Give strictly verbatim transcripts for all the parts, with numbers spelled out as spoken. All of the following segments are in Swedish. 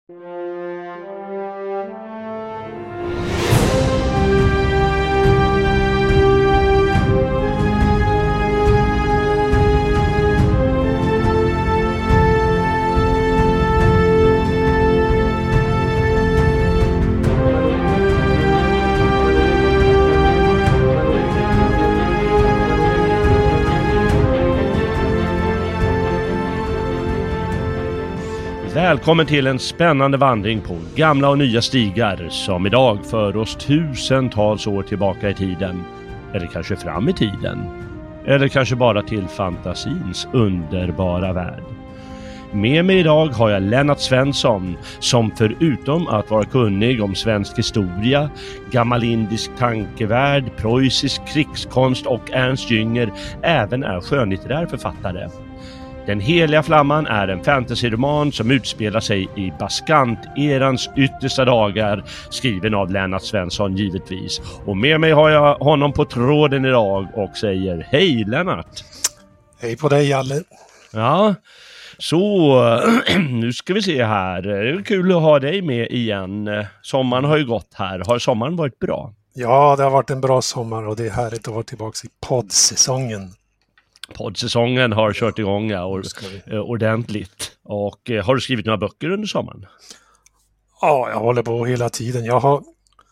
Välkommen till en spännande vandring på gamla och nya stigar som idag för oss tusentals år tillbaka i tiden. Eller kanske fram i tiden. Eller kanske bara till fantasins underbara värld. Med mig idag har jag Lennart Svensson som förutom att vara kunnig om svensk historia, gammal indisk tankevärld, preussisk krigskonst och Ernst Jünger även är skönlitterär författare. Den heliga flamman är en fantasyroman som utspelar sig i Baskant-erans yttersta dagar, skriven av Lennart Svensson givetvis. Och med mig har jag honom på tråden idag och säger hej Lennart! Hej på dig Jalle! Ja, så nu ska vi se här. Det är kul att ha dig med igen. Sommaren har ju gått här. Har sommaren varit bra? Ja, det har varit en bra sommar och det är härligt att vara tillbaka i poddsäsongen. Poddsäsongen har kört igång ja, or- ordentligt. Och eh, har du skrivit några böcker under sommaren? Ja, jag håller på hela tiden. Jag har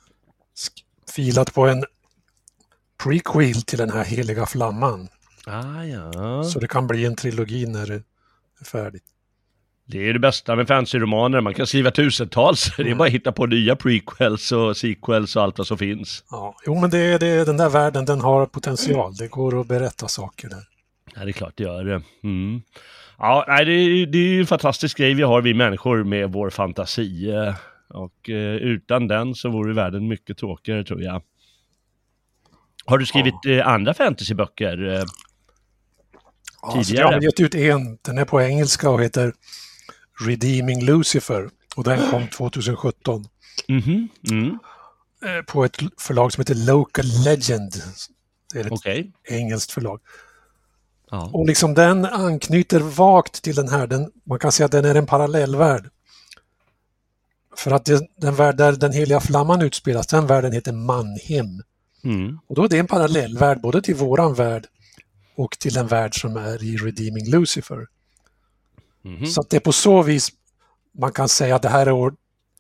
sk- filat på en prequel till den här heliga flamman. Ah, ja. Så det kan bli en trilogi när det är färdigt. Det är det bästa med fantasyromaner. Man kan skriva tusentals. Mm. Det är bara att hitta på nya prequels och sequels och allt vad som finns. Ja, jo, men det, det, den där världen den har potential. Det går att berätta saker där. Ja, det är klart det gör det. Mm. Ja, nej, det, är, det är ju en fantastisk grej vi har, vi människor, med vår fantasi. Och eh, utan den så vore världen mycket tråkigare, tror jag. Har du skrivit ja. eh, andra fantasyböcker eh, ja, tidigare? Jag har gett ut en. Den är på engelska och heter Redeeming Lucifer. Och den kom tjugohundrasjutton. Mm-hmm. Mm. Eh, på ett förlag som heter Local Legend. Det är ett okay. engelskt förlag. Ja. Och liksom den anknyter vagt till den här. Den, man kan säga att den är en parallellvärld. För att det, den värld där den heliga flamman utspelas, den världen heter Mannheim. Mm. Och då är det en parallellvärld både till våran värld och till den värld som är i Redeeming Lucifer. Mm. Så att det är på så vis man kan säga att det här är år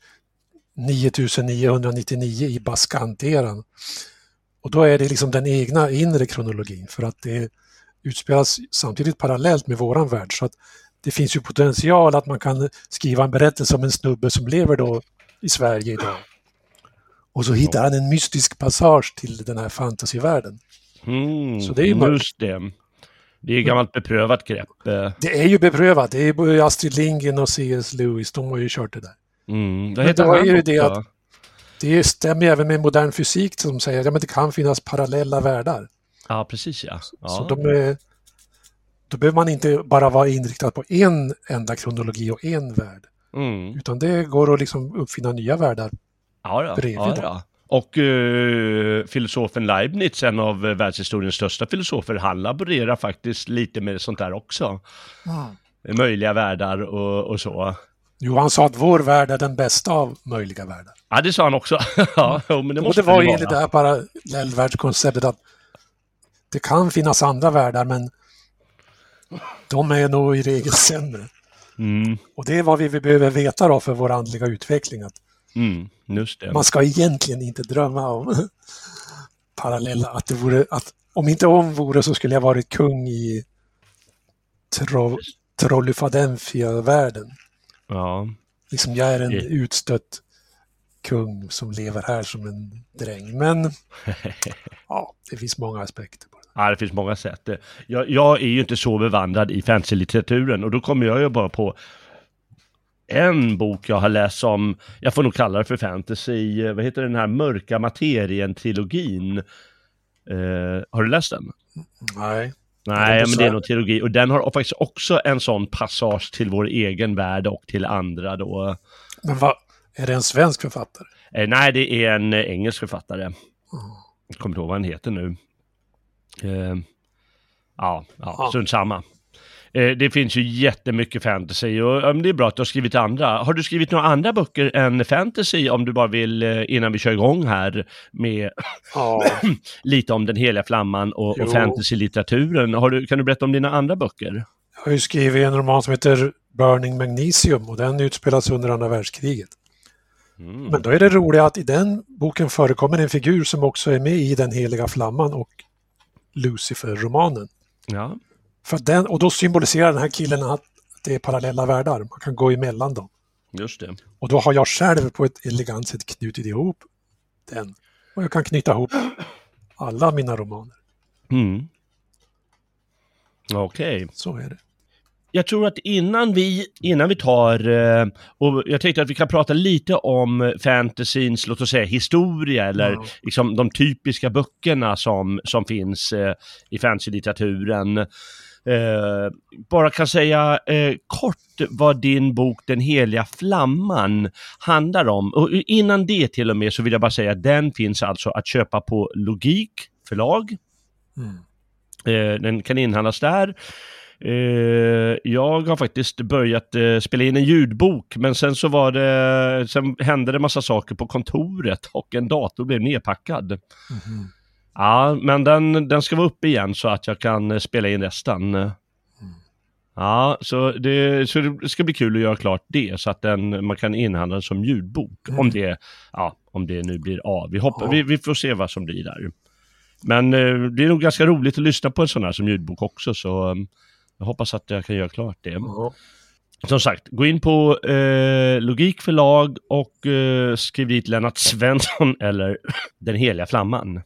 nionhundranittionio i Baskant-eran. Och då är det liksom den egna inre kronologin för att det utspelas samtidigt parallellt med våran värld, så att det finns ju potential att man kan skriva en berättelse om en snubbe som lever då i Sverige idag. Och så hittar han en mystisk passage till den här fantasyvärlden. Mm, så det är ju just det. Det är gammalt beprövat grepp. Det är ju beprövat. Det är ju Astrid Lindgren och C S Lewis, de har ju kört det där. Mm, det heter Men då är ju det att det stämmer även med modern fysik som säger att ja, men det kan finnas parallella världar. Ja, precis ja. ja. Så de är, då behöver man inte bara vara inriktad på en enda kronologi och en värld. Mm. Utan det går att liksom uppfinna nya världar ja, då, bredvid. Ja, då. Och uh, filosofen Leibniz, en av uh, världshistoriens största filosofer, han laborerar faktiskt lite med sånt där också. Mm. Möjliga världar och, och så. Jo, han sa att vår värld är den bästa av möjliga världar. Ja, det sa han också. ja, men det måste och det var ju enligt det här parallellvärldskonceptet att det kan finnas andra världar, men de är nog i regel sämre. Mm. Och det är vad vi behöver veta då för vår andliga utveckling. Att mm, just det. Man ska egentligen inte drömma om parallella. Att det vore, att om inte om vore så skulle jag varit kung i tro, Trollyfadenfia-världen. Ja. Liksom jag är en det... utstött kung som lever här som en dräng. Men ja, det finns många aspekter på det. Ja, det finns många sätt. Jag, jag är ju inte så bevandrad i fantasy-litteraturen och då kommer jag ju bara på en bok jag har läst som, jag får nog kalla det för fantasy, vad heter den här Mörka materien-trilogin? Eh, har du läst den? Nej. Nej, men det är nog trilogi. Och den har faktiskt också en sån passage till vår egen värld och till andra då. Men vad, är det en svensk författare? Eh, nej, det är en eh, engelsk författare. Mm. Jag kommer inte ihåg vad han heter nu. Eh, ja, ja, ja. Strunt samma. Eh, det finns ju jättemycket fantasy och um, det är bra att du har skrivit andra. Har du skrivit några andra böcker än fantasy om du bara vill eh, innan vi kör igång här med Ja. lite om den heliga flamman och, och fantasy-litteraturen? Har du, kan du berätta om dina andra böcker? Jag har ju skrivit en roman som heter Burning Magnesium och den utspelas under andra världskriget. Mm. Men då är det roligt att i den boken förekommer en figur som också är med i den heliga flamman och Lucifer-romanen. Ja. För den, och då symboliserar den här killen att det är parallella världar. Man kan gå emellan dem. Just det. Och då har jag själv på ett elegant sätt knutit ihop den. Och jag kan knyta ihop alla mina romaner. Mm. Okej. Okay. Så är det. Jag tror att innan vi, innan vi tar, och jag tänkte att vi kan prata lite om fantasyns, låt oss säga, historia eller mm. liksom de typiska böckerna som, som finns i fantasy-litteraturen. Eh, bara kan säga eh, kort vad din bok Den heliga flamman handlar om. Och innan det till och med så vill jag bara säga att den finns alltså att köpa på Logik förlag. Mm. Eh, den kan inhandlas där. Uh, jag har faktiskt börjat uh, spela in en ljudbok, men sen så var det sen hände det massa saker på kontoret och en dator blev nedpackad. Mm-hmm. Ja, men den, den ska vara uppe igen så att jag kan uh, spela in resten. Mm. Ja, så det, så det ska bli kul att göra klart det så att den, man kan inhandla den som ljudbok. Mm. Om det, ja, om det nu blir av. Vi, hoppas, ja. vi, vi får se vad som blir där. Men uh, det är nog ganska roligt att lyssna på en sån här som ljudbok också, så um, jag hoppas att jag kan göra klart det. Mm. Som sagt, gå in på eh, Logik förlag och eh, skriv dit Lennart Svensson eller Den heliga flamman.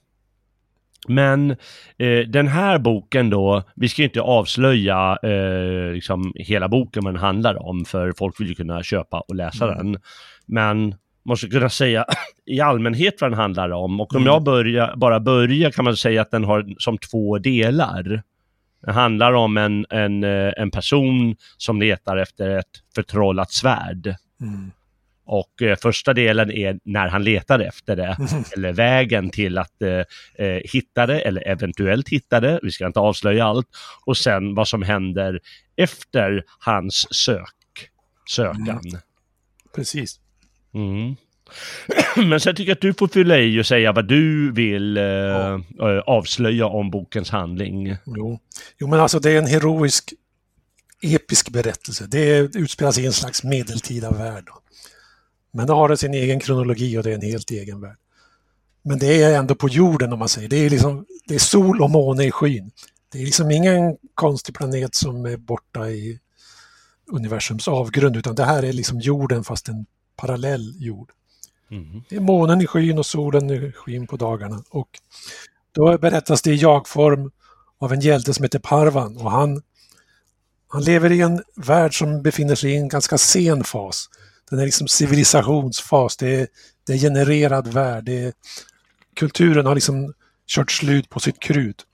Men eh, den här boken då, vi ska inte avslöja eh, liksom hela boken vad den handlar om, för folk vill ju kunna köpa och läsa mm. den. Men måste kunna säga i allmänhet vad den handlar om. Och om mm. jag börjar, bara börjar kan man säga att den har som två delar. Det handlar om en, en, en person som letar efter ett förtrollat svärd. Mm. Och eh, första delen är när han letar efter det. Mm. Eller vägen till att eh, hitta det. Eller eventuellt hitta det. Vi ska inte avslöja allt. Och sen vad som händer efter hans sök. Sökan. Mm. Precis. Mm. Men sen tycker jag att du får fylla i och säga vad du vill eh, ja. avslöja om bokens handling. Jo. jo, men alltså det är en heroisk, episk berättelse. Det utspelas i en slags medeltida värld. Men det har sin egen kronologi och det är en helt egen värld. Men det är ändå på jorden om man säger. Det är, liksom, det är sol och måne i skyn. Det är liksom ingen konstig planet som är borta i universums avgrund, utan det här är liksom jorden fast en parallell jord. Mm. Det är månen i skyn och solen i skyn på dagarna. Och då berättas det i jagform av en hjälte som heter Parvan. Och han, han lever i en värld som befinner sig i en ganska sen fas. Den är liksom civilisationsfas. Det är, det är genererad värld. Det är, kulturen har liksom kört slut på sitt krut.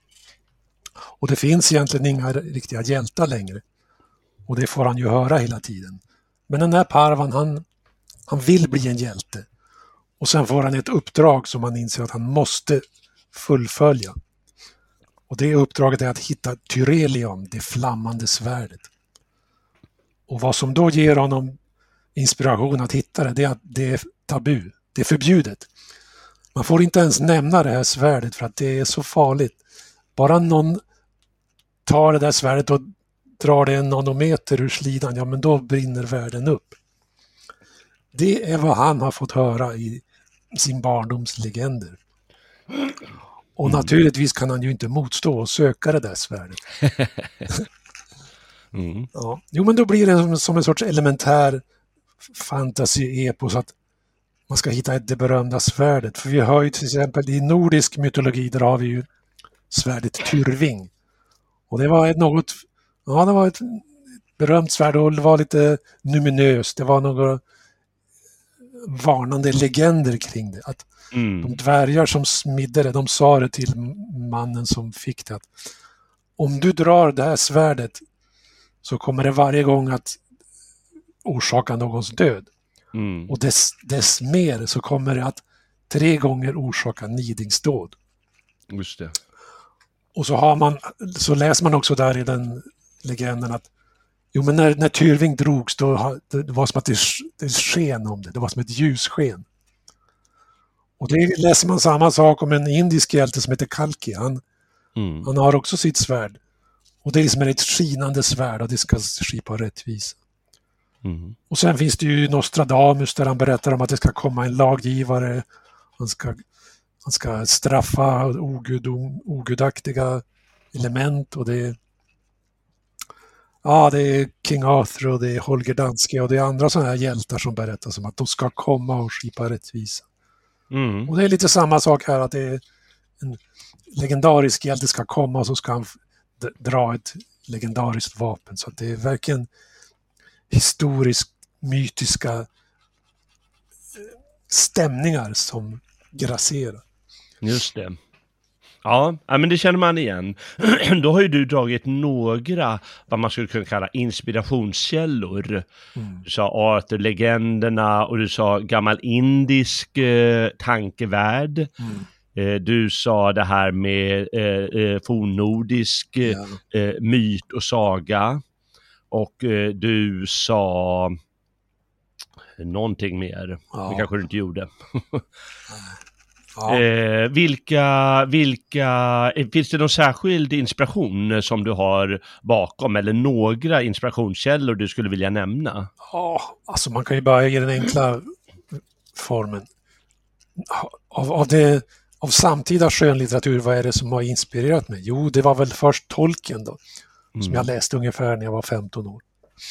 Och det finns egentligen inga riktiga hjältar längre. Och det får han ju höra hela tiden. Men den här Parvan, han, han vill bli en hjälte. Och sen får han ett uppdrag som han inser att han måste fullfölja. Och det uppdraget är att hitta Tyrelion, det flammande svärdet. Och vad som då ger honom inspiration att hitta det, det är att det är tabu. Det är förbjudet. Man får inte ens nämna det här svärdet för att det är så farligt. Bara någon tar det där svärdet och drar det en nanometer ur slidan, ja men då brinner världen upp. Det är vad han har fått höra i sin barndoms legender. Och mm. naturligtvis kan han ju inte motstå och söka det där svärdet. mm. ja. Jo, men då blir det som, som en sorts elementär fantasy-epos att man ska hitta det berömda svärdet. För vi har ju till exempel i nordisk mytologi, där har vi ju svärdet Tyrving. Och det var ett något, ja det var ett berömt svärd och det var lite numinöst. Det var några varnande legender kring det. Att mm. de dvärgar som smidde det, de sa det till mannen som fick det. Att om du drar det här svärdet så kommer det varje gång att orsaka någons död. Mm. Och dess, dess mer så kommer det att tre gånger orsaka nidingsdåd. Just det. Och så har man, så läser man också där i den legenden att jo, men när, när Tyrving drogs då det, det var som att det, det sken om det. Det var som ett ljussken. Och det läser man samma sak om en indisk hjälte som heter Kalki. Han, mm. han har också sitt svärd. Och det är liksom ett skinande svärd och det ska skipa rättvisa. Mm. Och sen finns det ju Nostradamus där han berättar om att det ska komma en laggivare. Han ska, han ska straffa ogudom, ogudaktiga element och det är ja, det är King Arthur och det är Holger Danske och det är andra sådana här hjältar som berättar om att de ska komma och skipa rättvisa. Mm. Och det är lite samma sak här att det är en legendarisk hjälte ska komma och så ska han d- dra ett legendariskt vapen. Så att det är verkligen historiskt mytiska stämningar som grasserar. Just det. Ja, men det känner man igen. Då har ju du dragit några, vad man skulle kunna kalla inspirationskällor. Mm. Du sa Arthur-legenderna och du sa gammal indisk eh, tankevärld. Mm. Eh, du sa det här med eh, fornnordisk ja. eh, myt och saga. Och eh, du sa någonting mer. Ja. Det kanske du inte gjorde. Ja. Eh, vilka, vilka, finns det någon särskild inspiration som du har bakom eller några inspirationskällor du skulle vilja nämna? Ja, alltså man kan ju bara ge den enkla formen. Av, av, det, av samtida skönlitteratur, vad är det som har inspirerat mig? Jo, det var väl först Tolkien då, mm. som jag läste ungefär när jag var femton år.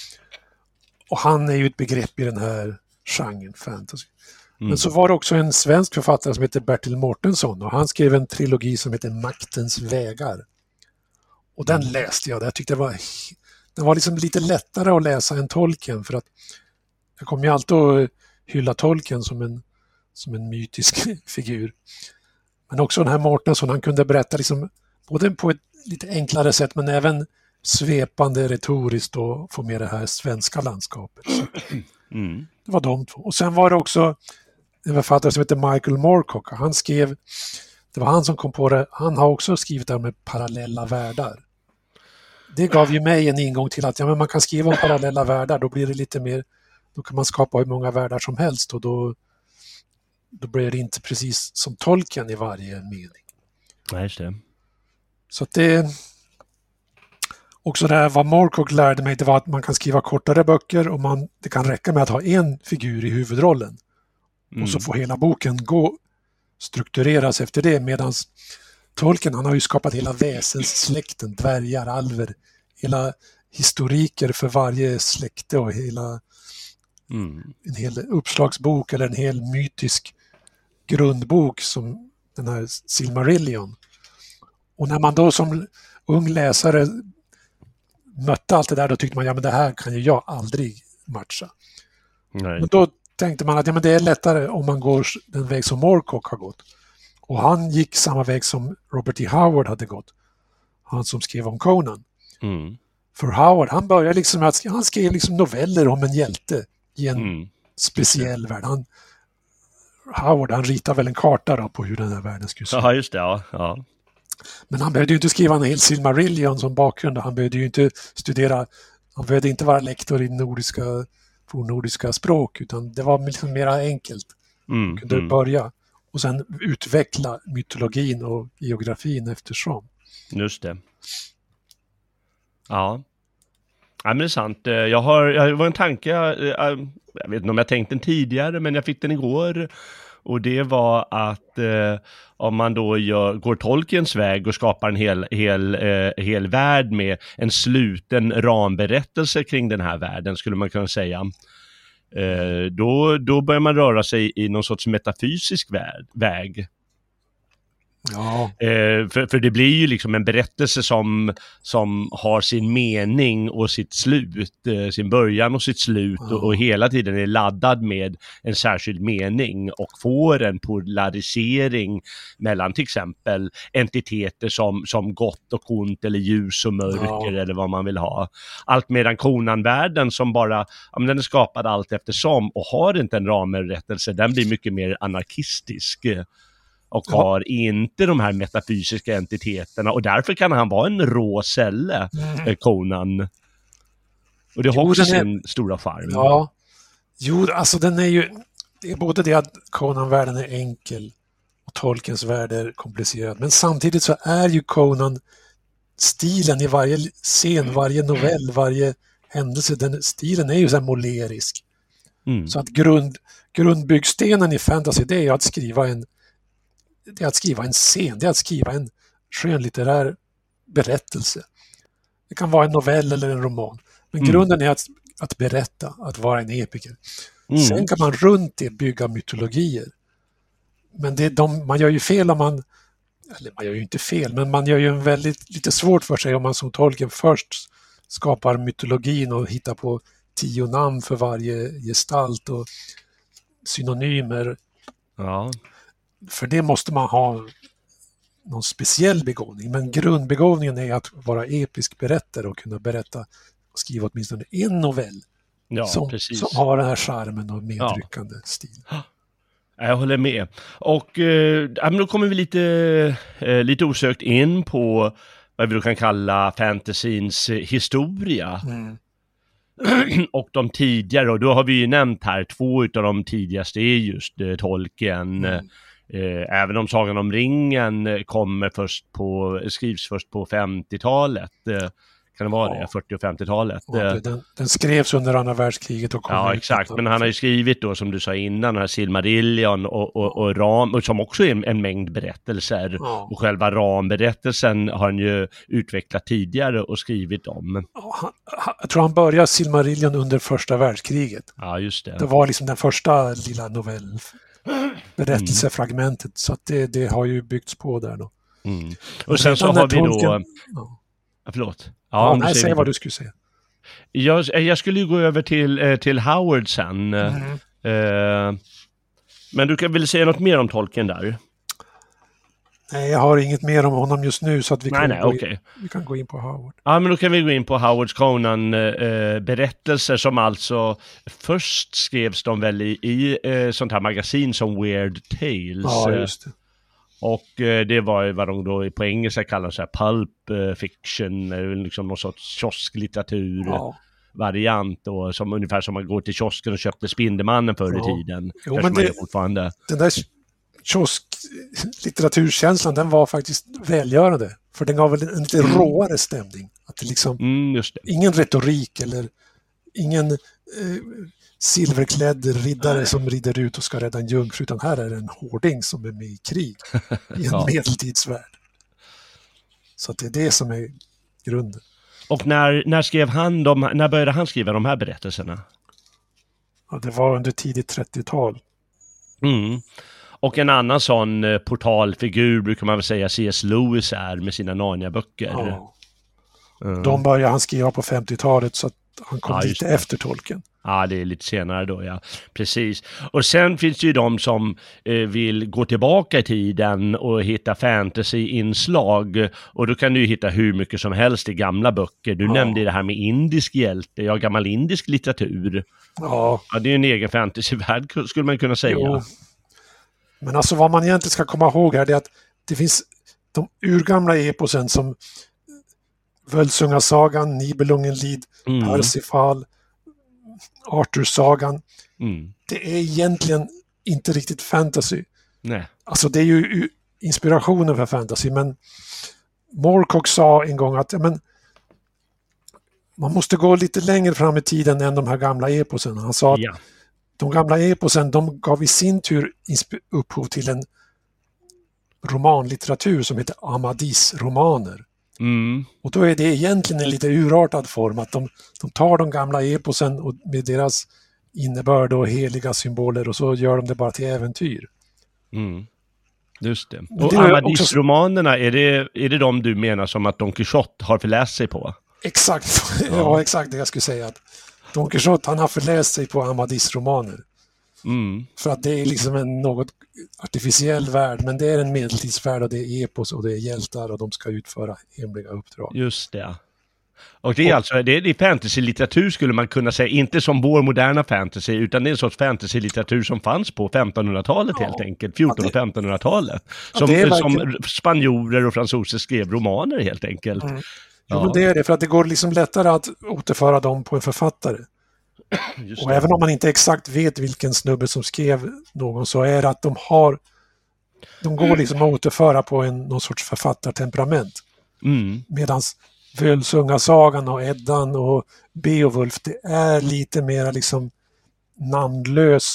Och han är ju ett begrepp i den här genren, fantasy. Mm. Men så var det också en svensk författare som heter Bertil Mårtensson och han skrev en trilogi som heter Maktens vägar. Och den mm. läste jag. Jag tyckte det var, den var liksom lite lättare att läsa än Tolkien för att jag kommer ju alltid att hylla Tolkien som en, som en mytisk figur. Men också den här Mårtensson, han kunde berätta liksom, både på ett lite enklare sätt men även svepande retoriskt och få med det här svenska landskapet. Mm. Det var de två. Och sen var det också en författare som heter Michael Moorcock. Han skrev, det var han som kom på det, han har också skrivit det med parallella världar. Det gav ju mig en ingång till att ja, men man kan skriva om parallella världar, då blir det lite mer, då kan man skapa hur många världar som helst och då, då blir det inte precis som Tolkien i varje mening. Nej, just det. Så att det också det här, vad Moorcock lärde mig, det var att man kan skriva kortare böcker och man, det kan räcka med att ha en figur i huvudrollen. Mm. Och så får hela boken gå struktureras efter det, medan Tolkien, han har ju skapat hela väsenssläkten, dvärgar, alver, hela historiker för varje släkte och hela mm. en hel uppslagsbok eller en hel mytisk grundbok som den här Silmarillion. Och när man då som ung läsare mötte allt det där, då tyckte man ja men det här kan ju jag aldrig matcha. Nej. Men då tänkte man att ja, men det är lättare om man går den väg som Moorcock har gått. Och han gick samma väg som Robert E. Howard hade gått. Han som skrev om Conan. Mm. För Howard, han började liksom att han skrev liksom noveller om en hjälte i en mm. speciell värld. Han, Howard, han ritade väl en karta då på hur den här världen skulle se ut. Ja, just det, ja. ja. Men han behövde ju inte skriva en hel Silmarillion som bakgrund. Han behövde ju inte studera, han behövde inte vara lektor i nordiska, fornnordiska språk, utan det var liksom mer enkelt. Mm, kunde mm. börja och sen utveckla mytologin och geografin eftersom. Just det. Ja. Ja, men det är sant. Jag har, jag var en tanke, jag, jag vet inte om jag tänkt den tidigare, men jag fick den igår. Och det var att eh, om man då gör, går Tolkiens väg och skapar en hel, hel, eh, hel värld med en sluten ramberättelse kring den här världen, skulle man kunna säga. Eh, då, då börjar man röra sig i någon sorts metafysisk värld, väg. Ja. Eh, för, för det blir ju liksom en berättelse som, som har sin mening och sitt slut, eh, sin början och sitt slut ja. och, och hela tiden är laddad med en särskild mening och får en polarisering mellan till exempel entiteter som, som gott och ont eller ljus och mörker ja. eller vad man vill ha. Allt medan Conan-världen som bara, ja, men den är skapad allt eftersom och har inte en ramberättelse, den blir mycket mer anarkistisk. och Ja. har inte de här metafysiska entiteterna, och därför kan han vara en rå celle, mm. Conan. Och det har jo, också är... sin stora charm. Ja, jo, alltså den är ju, det är både det att Conan-världen är enkel och Tolkiens värld är komplicerad, men samtidigt så är ju Conan stilen i varje scen, varje novell, varje händelse, den stilen är ju så här målerisk. Mm. Så att grund, grundbyggstenen i fantasy, det är att skriva en det är att skriva en scen, det är att skriva en skönlitterär berättelse. Det kan vara en novell eller en roman. Men mm. grunden är att, att berätta, att vara en epiker. Mm. Sen kan man runt det bygga mytologier. Men det är de, man gör ju fel om man, eller man gör ju inte fel, men man gör ju en väldigt lite svårt för sig om man som Tolkien först skapar mytologin och hittar på tio namn för varje gestalt och synonymer. Ja. För det måste man ha någon speciell begåvning. Men grundbegåvningen är att vara episk berättare och kunna berätta och skriva åtminstone en novell ja, som, som har den här charmen och medryckande ja. stil. Jag håller med. Och eh, då kommer vi lite, eh, lite osökt in på vad vi då kan kalla fantasyns historia. Mm. Och de tidigare, och då har vi ju nämnt här, två utav de tidigaste är just eh, Tolkien. Mm. Eh, även om Sagan om ringen kommer först på, skrivs först på femtiotalet. Eh, kan det vara ja. det? fyrtio- och femtiotalet. Ja, den, den skrevs under andra världskriget och kom ja, exakt. Men han har ju skrivit då, som du sa innan, den här Silmarillion och, och, och Ram, och som också är en, en mängd berättelser. Ja. Och själva ramberättelsen har han ju utvecklat tidigare och skrivit om. Ja, han, han, jag tror han började Silmarillion under första världskriget. Ja, just det. Det var liksom den första lilla novell, berättelsefragmentet. Mm. Så att det, det har ju byggts på där då. Mm. Och sen så har vi Tolkien, då... Ja. Ja, förlåt. Ja, ja, nej, säg vad du skulle säga. Jag, jag skulle ju gå över till, till Howard sen. Mm. Uh, men du kan väl säga något mer om Tolkien där? Nej, jag har inget mer om honom just nu så att vi, nej, kan, nej, gå okay. in, vi kan gå in på Howard. Ja, men då kan vi gå in på Howards Conan-berättelser uh, som alltså först skrevs de väl i, i uh, sånt här magasin som Weird Tales. Ja, just det. Och eh, det var ju vad de då på engelska kallar så här pulp eh, fiction, eh, liksom någon sorts kiosklitteratur ja. variant då, som ungefär som man går till kiosken och köpte Spindelmannen förr i ja. tiden. Jo, men det, fortfarande. Den där kiosklitteraturkänslan, den var faktiskt välgörande. För den gav väl en lite mm. råare stämning. Att det liksom, mm, just det. Ingen retorik eller ingen... Eh, silverklädd riddare som rider ut och ska rädda en jungfru, utan här är en hårding som är med i krig i en ja. medeltidsvärld. Så att det är det som är grunden. Och när, när skrev han de, när började han skriva de här berättelserna? Ja, det var under tidigt trettiotal. Mm. Och en annan sån eh, portalfigur brukar man väl säga C S Lewis är med sina Narnia-böcker. Ja. Mm. De började han skriva på femtiotalet så att han kom ja, lite det. efter Tolkien. Ja, det är lite senare då, ja. Precis. Och sen finns det ju de som eh, vill gå tillbaka i tiden och hitta fantasy-inslag. Och då kan du ju hitta hur mycket som helst i gamla böcker. Du ja. nämnde det här med indisk hjälte, ja, gammal indisk litteratur. Ja. Ja, det är ju en egen fantasyvärld, skulle man kunna säga. Jo. Men alltså vad man egentligen ska komma ihåg här är att det finns de urgamla eposen som Völsungasagan, Nibelungenlied, mm. Parsifal, Arthur-sagan. Mm. Det är egentligen inte riktigt fantasy. Nej. Alltså det är ju inspirationen för fantasy, men Moorcock sa en gång att ja, men, man måste gå lite längre fram i tiden än de här gamla eposen. Han sa att ja. de gamla eposen, de gav i sin tur upphov till en romanlitteratur som heter Amadis-romaner. Mm. Och då är det egentligen en lite urartad form att de, de tar de gamla eposen och med deras innebörd och heliga symboler och så gör de det bara till äventyr. Mm. Just det. Och Amadis-romanerna, är det, är det de du menar som att Don Quixote har förläst sig på? Exakt, ja, ja exakt det jag skulle säga. Att Don Quixote, han har förläst sig på Amadis-romaner. Mm. För att det är liksom en något artificiell värld, men det är en medeltidsvärld och det är epos och det är hjältar och de ska utföra hemliga uppdrag. Just det. Och det är alltså, det är, det är fantasy-litteratur skulle man kunna säga, inte som vår moderna fantasy, utan det är en sorts fantasy-litteratur som fanns på femtonhundratalet ja. helt enkelt, fjorton- och femtonhundratalet. Som, ja, verkligen... som spanjorer och fransoser skrev romaner helt enkelt. Mm. Ja, ja, men det är det, för att det går liksom lättare att återföra dem på en författare. Och även om man inte exakt vet vilken snubbe som skrev någon, så är det att de har, de går liksom att återföra på en, någon sorts författartemperament. Mm. Medans Völsungasagan och Eddan och Beowulf, det är lite mer liksom namnlös,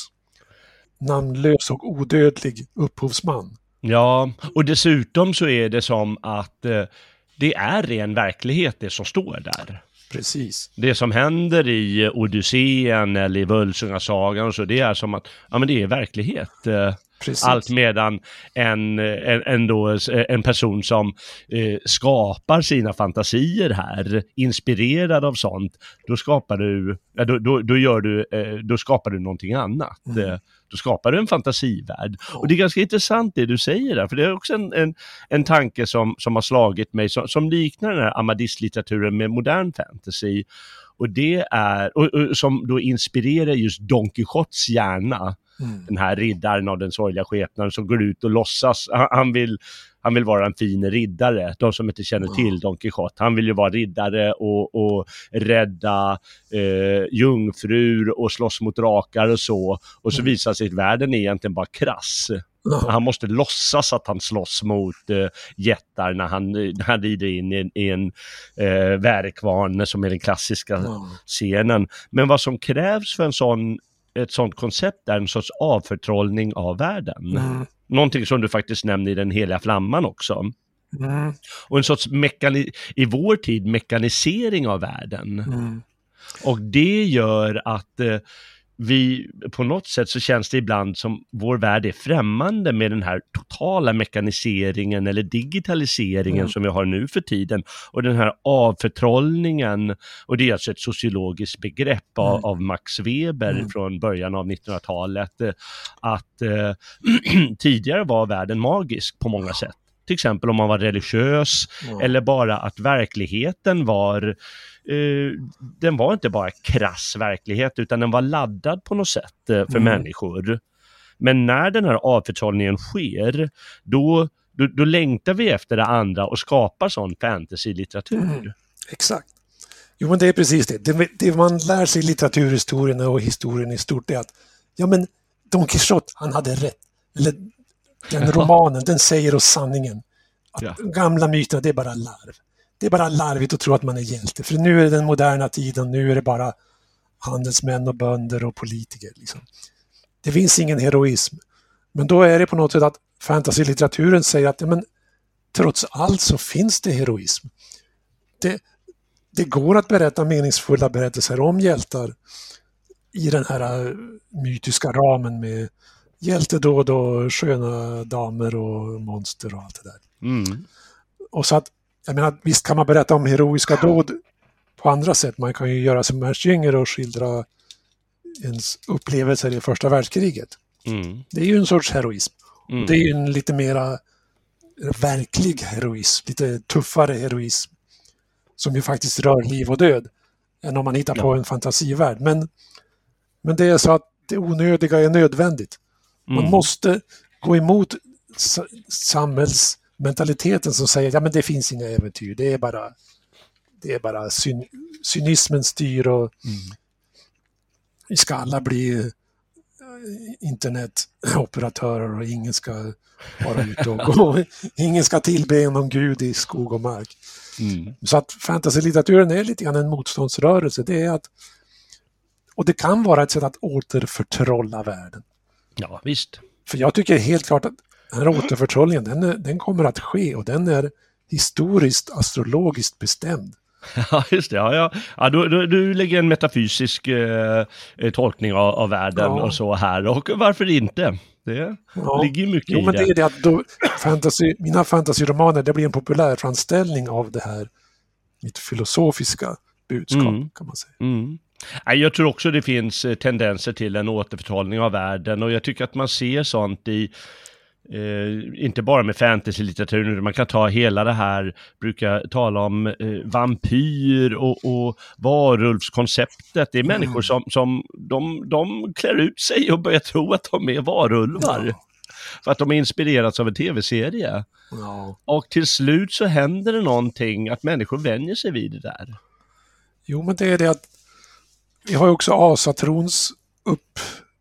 namnlös och odödlig upphovsman. Ja, och dessutom så är det som att eh, det är ren verklighet det som står där. Precis. Det som händer i Odysseen eller i Völsungasagan och så, det är som att ja, men det är verklighet. Precis. Allt medan en, en, en, då, en person som eh, skapar sina fantasier här, inspirerad av sånt, då skapar du, ja, då, då, då, gör du, eh, då skapar du någonting annat. Mm. Då skapar du en fantasivärld. Oh. Och det är ganska intressant det du säger där, för det är också en, en, en tanke som, som har slagit mig, som, som liknar den här Amadis-litteraturen med modern fantasy. Och det är, och, och, som då inspirerar just Don Quijotes hjärna. Mm. Den här riddaren av den sorgliga skepnaden som går ut och låtsas, han, han, vill, han vill vara en fin riddare, de som inte känner till mm. Don Quijote, han vill ju vara riddare och, och rädda eh, jungfrur och slåss mot drakar och så, och så mm. visar sig att världen är egentligen bara krass. Mm. Han måste låtsas att han slåss mot eh, jättar när han, när han rider in i, i en eh, värkvarn som är den klassiska mm. scenen. Men vad som krävs för en sån ett sånt koncept är en sorts avförtrollning av världen. Mm. Någonting som du faktiskt nämner i Den heliga flamman också. Mm. Och en sorts mekani- i vår tid mekanisering av världen. Mm. Och det gör att eh, vi på något sätt så känns det ibland som vår värld är främmande med den här totala mekaniseringen eller digitaliseringen mm. som vi har nu för tiden. Och den här avförtrollningen, och det är alltså ett sociologiskt begrepp av, mm. av Max Weber mm. från början av nittonhundratalet, att eh, tidigare var världen magisk på många sätt. Till exempel om man var religiös mm. eller bara att verkligheten var Uh, den var inte bara krass verklighet, utan den var laddad på något sätt uh, för mm. människor. Men när den här avförtrollningen sker, då, då, då längtar vi efter det andra och skapar sån fantasy-litteratur. Mm. Exakt. Jo, men det är precis det. det. Det man lär sig i litteraturhistorien och historien i stort är att ja, men Don Quijote, han hade rätt. Eller den romanen, den säger oss sanningen. Att ja. Gamla myterna, det är bara larv. Det är bara larvigt att tro att man är hjälte. För nu är det den moderna tiden. Nu är det bara handelsmän och bönder och politiker. Liksom. Det finns ingen heroism. Men då är det på något sätt att fantasy-litteraturen säger att ja, men, trots allt så finns det heroism. Det, det går att berätta meningsfulla berättelser om hjältar i den här mytiska ramen med hjältedåd och sköna damer och monster och allt det där. Mm. Och så att jag menar, visst kan man berätta om heroiska dåd på andra sätt. Man kan ju göra som Ernst Jünger och skildra ens upplevelser i första världskriget. Mm. Det är ju en sorts heroism. Mm. Det är ju en lite mera verklig heroism, lite tuffare heroism som ju faktiskt rör liv och död än om man hittar ja. på en fantasivärld. Men, men det är så att det onödiga är nödvändigt. Man mm. måste gå emot samhälls mentaliteten som säger ja men det finns inga äventyr, det är bara det är bara syn, cynismen styr och mm. vi ska alla bli internetoperatörer och ingen ska vara ute och gå, ingen ska tillbe någon gud i skog och mark. Mm. Så att fantasy-litteraturen är lite grann en motståndsrörelse, det är att och det kan vara ett sätt att återförtrolla världen. Ja, visst. För jag tycker helt klart att den här återförtrollningen, den, den kommer att ske och den är historiskt, astrologiskt bestämd. Ja, just det. Ja, ja. Ja, du, du, du lägger en metafysisk eh, tolkning av, av världen ja. och så här. Och varför inte? Det ja. ligger ju mycket jo, i men det. det är det att då, fantasy, mina fantasyromaner, det blir en populär framställning av det här mitt filosofiska budskap, mm. kan man säga. Mm. Jag tror också det finns tendenser till en återförtrollning av världen och jag tycker att man ser sånt i Eh, inte bara med fantasy-litteraturen, man kan ta hela det här, brukar tala om eh, vampyr och, och varulvskonceptet. Det är mm. människor som, som de, de klär ut sig och börjar tro att de är varulvar. Ja. För att de är inspirerats av en tv-serie. Ja. Och till slut så händer det någonting, att människor vänjer sig vid det där. Jo, men det är det att vi har ju också asatrons upp...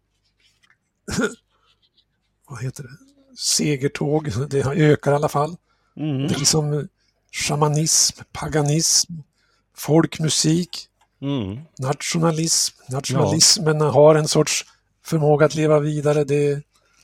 Vad heter det? Segertåg, det ökar i alla fall. Mm. Det är liksom shamanism, paganism, folkmusik, mm. nationalism. Nationalismen ja. har en sorts förmåga att leva vidare. Det,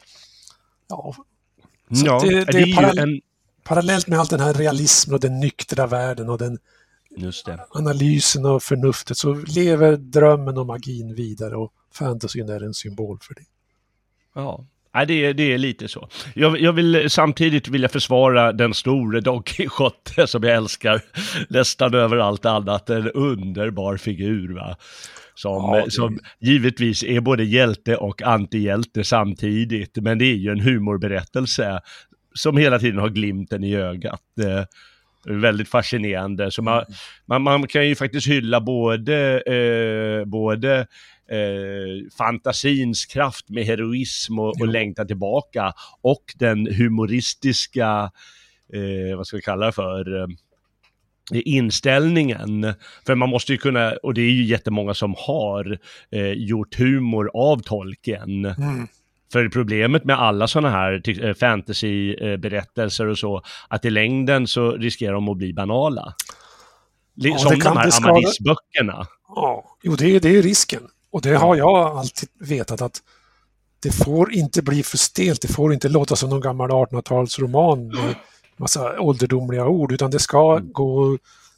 ja. Så ja, det, det, är, är parallell, en... parallellt med allt den här realismen och den nyktra världen och den Just det. analysen och förnuftet, så lever drömmen och magin vidare, och fantasyn är en symbol för det. Ja. Nej, det är, det är lite så. Jag, jag vill samtidigt vilja försvara den store Don Quixote som jag älskar nästan över allt annat. En underbar figur, va? Som, ja, det... som givetvis är både hjälte och antihjälte samtidigt. Men det är ju en humorberättelse som hela tiden har glimten i ögat. Eh, väldigt fascinerande. Så man, mm. man, man kan ju faktiskt hylla både... Eh, både Eh, fantasins kraft med heroism och, och längta tillbaka, och den humoristiska eh, vad ska vi kalla det för eh, inställningen, för man måste ju kunna, och det är ju jättemånga som har eh, gjort humor av Tolkien. Mm. För problemet med alla sådana här eh, fantasy-berättelser och så, att i längden så riskerar de att bli banala. Ja, som de här Amadis-böckerna. Ja, jo, det är, det är risken. Och det har jag alltid vetat, att det får inte bli för stelt, det får inte låta som någon gammal artonhundratalsroman med massa ålderdomliga ord, utan det ska mm. gå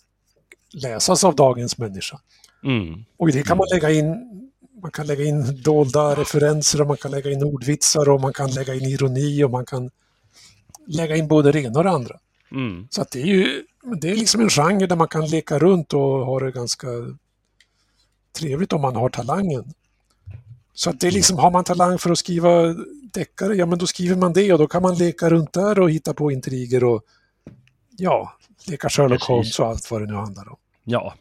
läsas av dagens människa. Mm. Och i det kan man lägga in, man kan lägga in dolda referenser, och man kan lägga in ordvitsar, och man kan lägga in ironi, och man kan lägga in både det ena och det andra. Mm. Så att det är ju, det är liksom en genre där man kan leka runt och ha det ganska trevligt om man har talangen. Så att det är liksom, har man talang för att skriva deckare, ja men då skriver man det, och då kan man leka runt där och hitta på intriger och ja, leka Sherlock Holmes och allt vad det nu handlar om. Ja,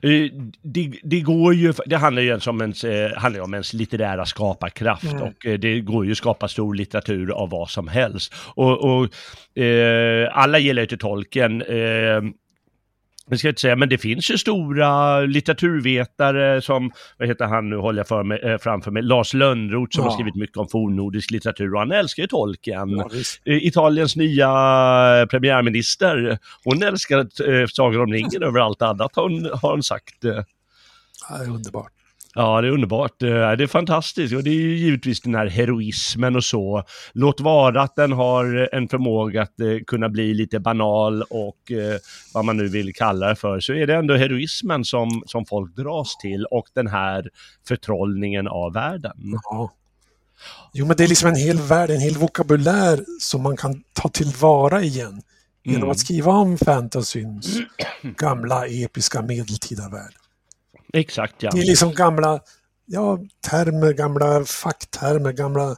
det, det går ju, det handlar ju om ens, handlar om ens litterära skaparkraft mm. och det går ju att skapa stor litteratur av vad som helst. Och, och eh, alla gillar ju till Tolkien. Eh, Jag ska inte säga, men det finns ju stora litteraturvetare som, vad heter han nu, håller jag för mig, äh, framför mig, Lars Lönnroth, som ja. har skrivit mycket om fornnordisk litteratur, och han älskar ju Tolkien. Ja, Italiens nya premiärminister, hon älskar äh, Sagan om ringen över allt annat, hon, har hon sagt. Äh. Ja, det är underbart. Ja, det är underbart. Det är fantastiskt. Och det är ju givetvis den här heroismen och så. Låt vara att den har en förmåga att eh, kunna bli lite banal och eh, vad man nu vill kalla det för. Så är det ändå heroismen som, som folk dras till, och den här förtrollningen av världen. Ja. Jo, men det är liksom en hel värld, en hel vokabulär som man kan ta tillvara igen genom mm. att skriva om fantasyns gamla episka medeltida värld. Exakt, ja. Det är liksom gamla ja, termer, gamla facktermer, gamla,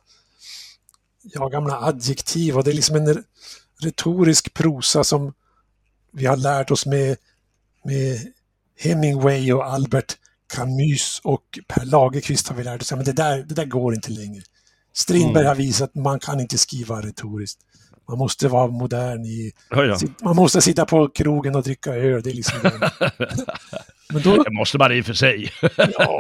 ja, gamla adjektiv, och det är liksom en retorisk prosa som vi har lärt oss med, med Hemingway och Albert Camus och Per Lagerkvist har vi lärt oss. Men det där, det där går inte längre. Strindberg mm. har visat att man kan inte skriva retoriskt. Man måste vara modern i... Ja, ja. Man måste sitta på krogen och dricka öl. Det är liksom det. Men då, det måste man i och för sig. ja, ja,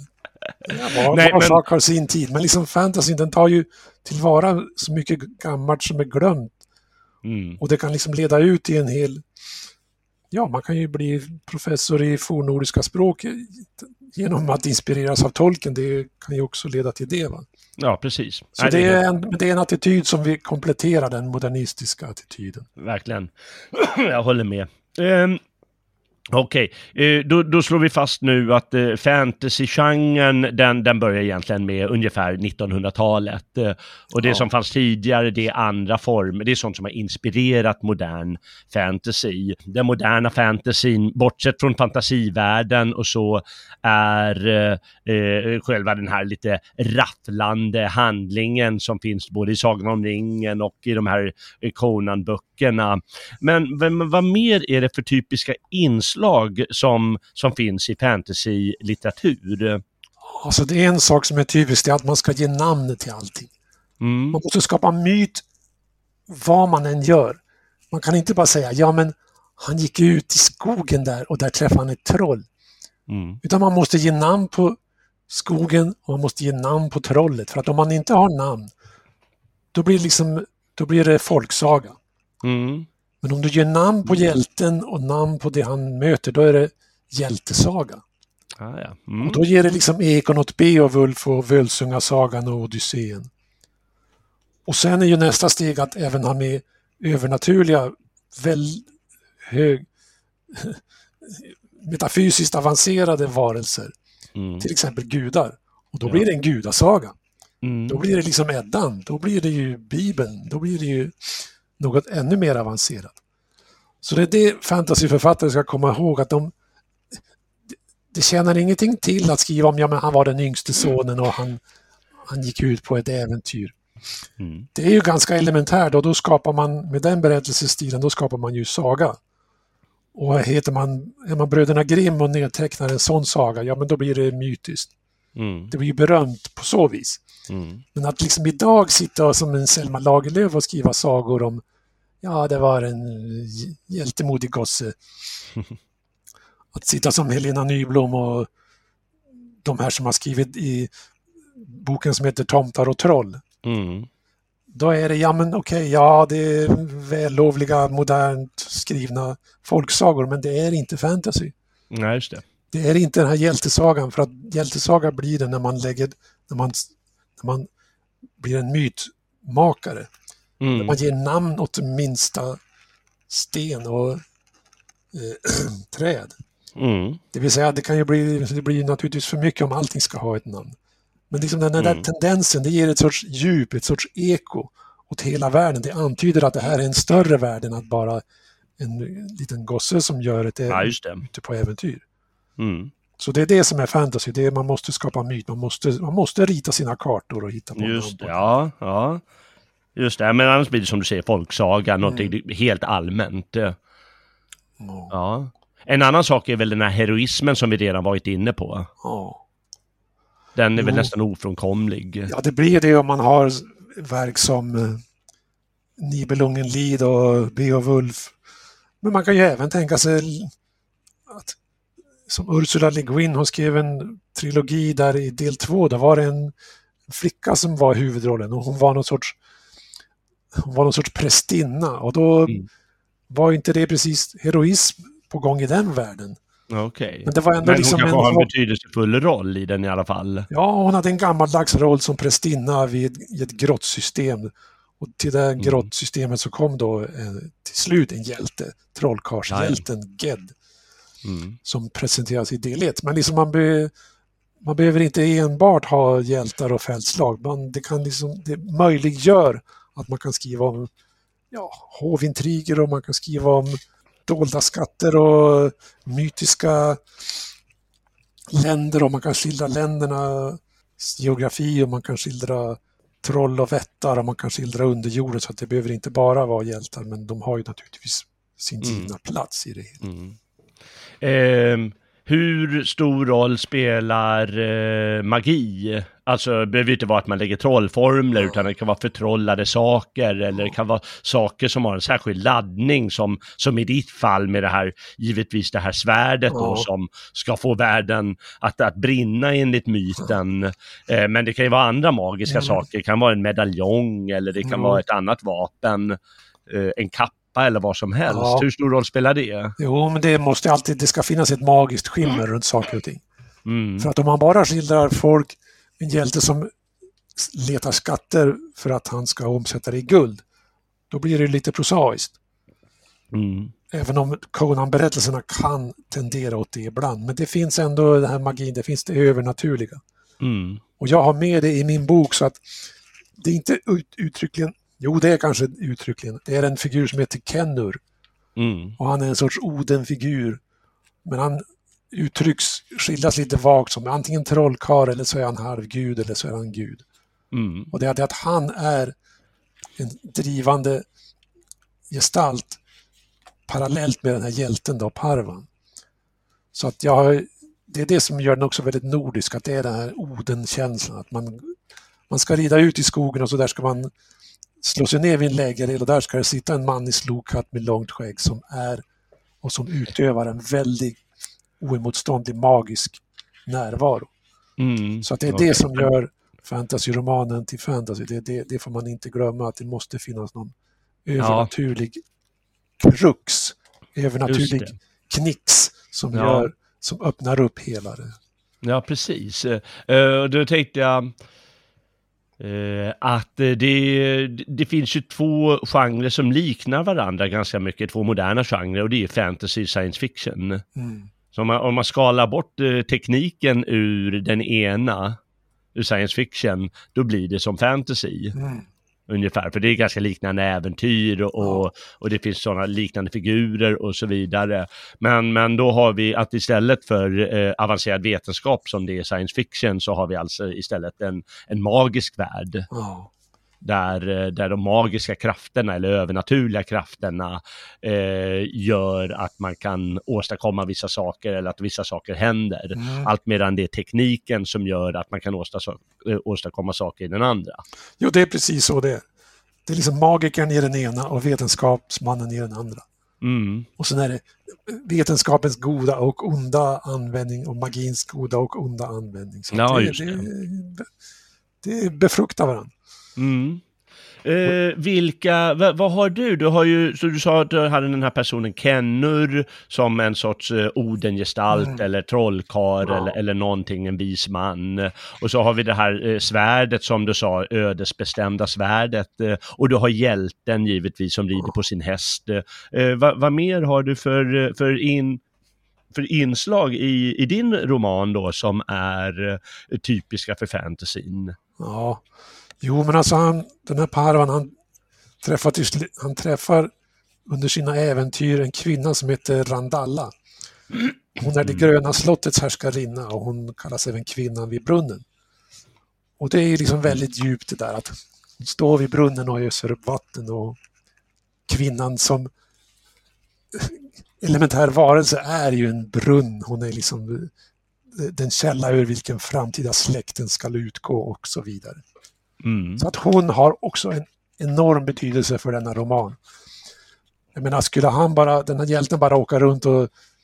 var, Nej, var men... sak har sin tid. Men liksom fantasy, den tar ju tillvara så mycket gammalt som är glömt. Mm. Och det kan liksom leda ut i en hel... Ja, man kan ju bli professor i fornnordiska språk genom att inspireras av Tolkien. Det kan ju också leda till det, va? Ja, precis. Så Nej, det, är en, det är en attityd som vi kompletterar den modernistiska attityden. Verkligen. Jag håller med. Um, Okej, okay. då, då slår vi fast nu att eh, fantasy-genren, den, den börjar egentligen med ungefär nittonhundratalet. Eh, och det ja. som fanns tidigare, det är andra former. Det är sånt som har inspirerat modern fantasy. Den moderna fantasyn, bortsett från fantasivärlden och så, är eh, själva den här lite rafflande handlingen som finns både i Sagan om ringen och i de här Conan-böckerna. Men vem, vad mer är det för typiska inslag som, som finns i fantasy-litteratur? Alltså det är en sak som är typiskt, det är att man ska ge namn till allting. Mm. Man måste skapa myt vad man än gör. Man kan inte bara säga, ja men han gick ut i skogen där och där träffade han ett troll. Mm. Utan man måste ge namn på skogen och man måste ge namn på trollet. För att om man inte har namn, då blir det, liksom, då blir det folksaga. Mm. Men om du ger namn på hjälten och namn på det han möter, då är det hjältesaga. Ah, ja. mm. Och då ger det liksom Ekon åt Beowulf och Völsungasagan och Odysseen. Och sen är ju nästa steg att även ha med övernaturliga, väl hög, metafysiskt avancerade varelser. Mm. Till exempel gudar. Och då ja. blir det en gudasaga. Mm. Då blir det liksom Eddan. Då blir det ju Bibeln. Då blir det ju något ännu mer avancerat. Så det är det fantasyförfattare ska komma ihåg, att de det tjänar ingenting till att skriva om ja, men han var den yngste sonen och han, han gick ut på ett äventyr. Mm. Det är ju ganska elementärt och då skapar man, med den berättelsestilen, då skapar man ju saga. Och heter man, är man bröderna Grimm och nedtecknar en sån saga, ja men då blir det mytiskt. Mm. Det blir ju berömt på så vis. Mm. Men att liksom idag sitta som en Selma Lagerlöf och skriva sagor om ja, det var en hjältemodig gosse. Att sitta som Helena Nyblom och de här som har skrivit i boken som heter Tomtar och troll. Mm. Då är det, ja men okej, okay, ja det är vällovliga, modernt skrivna folksagor, men det är inte fantasy. Nej, just det. Det är inte den här hjältesagan, för att hjältesaga blir det när man lägger, när man, när man blir en mytmakare. Mm. När man ger namn åt minsta sten och eh, träd. Mm. Det vill säga, det kan ju bli, det blir naturligtvis för mycket om allting ska ha ett namn. Men liksom den, den där mm. tendensen, det ger ett sorts djup, ett sorts eko åt hela världen. Det antyder att det här är en större värld än att bara en liten gosse som gör ett ja, ute på äventyr. Mm. Så det är det som är fantasy, det är, man måste skapa myt, man måste, man måste rita sina kartor och hitta på just det, ja, ja. Just det, men annars blir det som du säger folksaga, mm. något helt allmänt. Mm. Ja. En annan sak är väl den här heroismen som vi redan varit inne på. Ja. Den är jo. väl nästan ofrånkomlig. Ja, det blir det om man har verk som eh, Nibelungen Lid och Beowulf. Men man kan ju även tänka sig att som Ursula Le Guin, hon skrev en trilogi där i del två, där var det en flicka som var huvudrollen och hon var någon sorts hon var någon sorts prästinna och då mm. var inte det precis heroism på gång i den världen. Okej. Men det var ändå Men liksom hon en, har en betydelsefull roll i den i alla fall. Ja, hon hade en gammaldags roll som prästinna vid, i ett grottsystem. Och till det mm. grottsystemet så kom då eh, till slut en hjälte, trollkarlshjälten Gedd, mm. som presenteras i del ett. Men liksom man, be, man behöver inte enbart ha hjältar och fältslag. Man, det, kan liksom, det möjliggör att man kan skriva om ja, hovintriger och man kan skriva om dolda skatter och mytiska länder och man kan skildra ländernas geografi och man kan skildra troll och vättar och man kan skildra underjorden, så att det behöver inte bara vara hjältar, men de har ju naturligtvis sin givna mm. plats i det hela. Mm. Eh, hur stor roll spelar eh, magi? Alltså det behöver inte vara att man lägger trollformler, ja. utan det kan vara förtrollade saker eller det kan vara saker som har en särskild laddning, som, som i ditt fall med det här, givetvis det här svärdet ja. då, som ska få världen att, att brinna enligt myten. Eh, men det kan ju vara andra magiska mm. saker. Det kan vara en medaljong eller det kan mm. vara ett annat vapen, eh, en kappa eller vad som helst. Ja. Hur stor roll spelar det? Jo, men det måste alltid, det ska finnas ett magiskt skimmer mm. runt saker och ting. Mm. För att om man bara skildrar folk, en hjälte som letar skatter för att han ska omsätta det i guld, då blir det lite prosaiskt. Mm. Även om Conan-berättelserna kan tendera åt det ibland. Men det finns ändå den här magin, det finns det övernaturliga. Mm. Och jag har med det i min bok så att det är inte ut, uttryckligen, jo det är kanske uttryckligen, det är en figur som heter Kennur. Mm. Och han är en sorts Oden-figur. Men han uttrycks, skildras lite vagt som antingen trollkarl eller så är han halvgud eller så är han gud. Mm. Och det är det att han är en drivande gestalt parallellt med den här hjälten då, Parvan. Så att jag, det är det som gör den också väldigt nordisk, att det är den här Oden-känslan, att man, man ska rida ut i skogen och så där ska man slå sig ner vid en lägereld och där ska det sitta en man i slokhatt med långt skägg som är och som utövar en väldigt oemotståndlig magisk närvaro. Mm. Så att det är okay. det som gör fantasyromanen till fantasy. Det, det, det får man inte glömma, att det måste finnas någon övernaturlig ja. krux, övernaturlig knix som, ja. gör, som öppnar upp hela det. Ja, precis. Uh, då tänkte jag Uh, att det, det finns ju två genrer som liknar varandra ganska mycket, två moderna genrer, och det är fantasy och science fiction. Mm. Så om man, om man skalar bort uh, tekniken ur den ena, ur science fiction, då blir det som fantasy. Mm. Ungefär, för det är ganska liknande äventyr och, ja. och det finns sådana liknande figurer och så vidare. Men, men då har vi att istället för eh, avancerad vetenskap som det är science fiction, så har vi alltså istället en, en magisk värld. Ja. Där, där de magiska krafterna eller övernaturliga krafterna eh, gör att man kan åstadkomma vissa saker eller att vissa saker händer. Mm. Allt medan det är tekniken som gör att man kan åstadkomma, åstadkomma saker i den andra. Jo, det är precis så det är. Det är liksom magikern i den ena och vetenskapsmannen i den andra. Mm. Och sen är det vetenskapens goda och onda användning och magins goda och onda användning. Så ja, det, just det. Det, det befruktar varandra. Mm. Eh, vilka, vad, vad har du? Du har ju, så du sa att du hade den här personen Kennur som en sorts eh, Odengestalt mm. eller trollkarl ja. eller, eller någonting, en vis man. Och så har vi det här eh, svärdet som du sa, ödesbestämda svärdet. Eh, och du har hjälten givetvis som rider ja. på sin häst. Eh, vad, vad mer har du för, för in... för inslag i, i din roman då som är eh, typiska för fantasyn? Ja, jo men alltså han, den här Parvan, han träffar, till, han träffar under sina äventyr en kvinna som heter Randalla. Hon är det gröna slottets härskarinna och hon kallas även kvinnan vid brunnen. Och det är ju liksom väldigt djupt det där att hon står vid brunnen och öser upp vatten, och kvinnan som elementär varelse är ju en brunn. Hon är liksom den källa ur vilken framtida släkten ska utgå och så vidare. Mm. Så att hon har också en enorm betydelse för denna roman. Jag menar, skulle han bara, den här hjälten bara åka runt och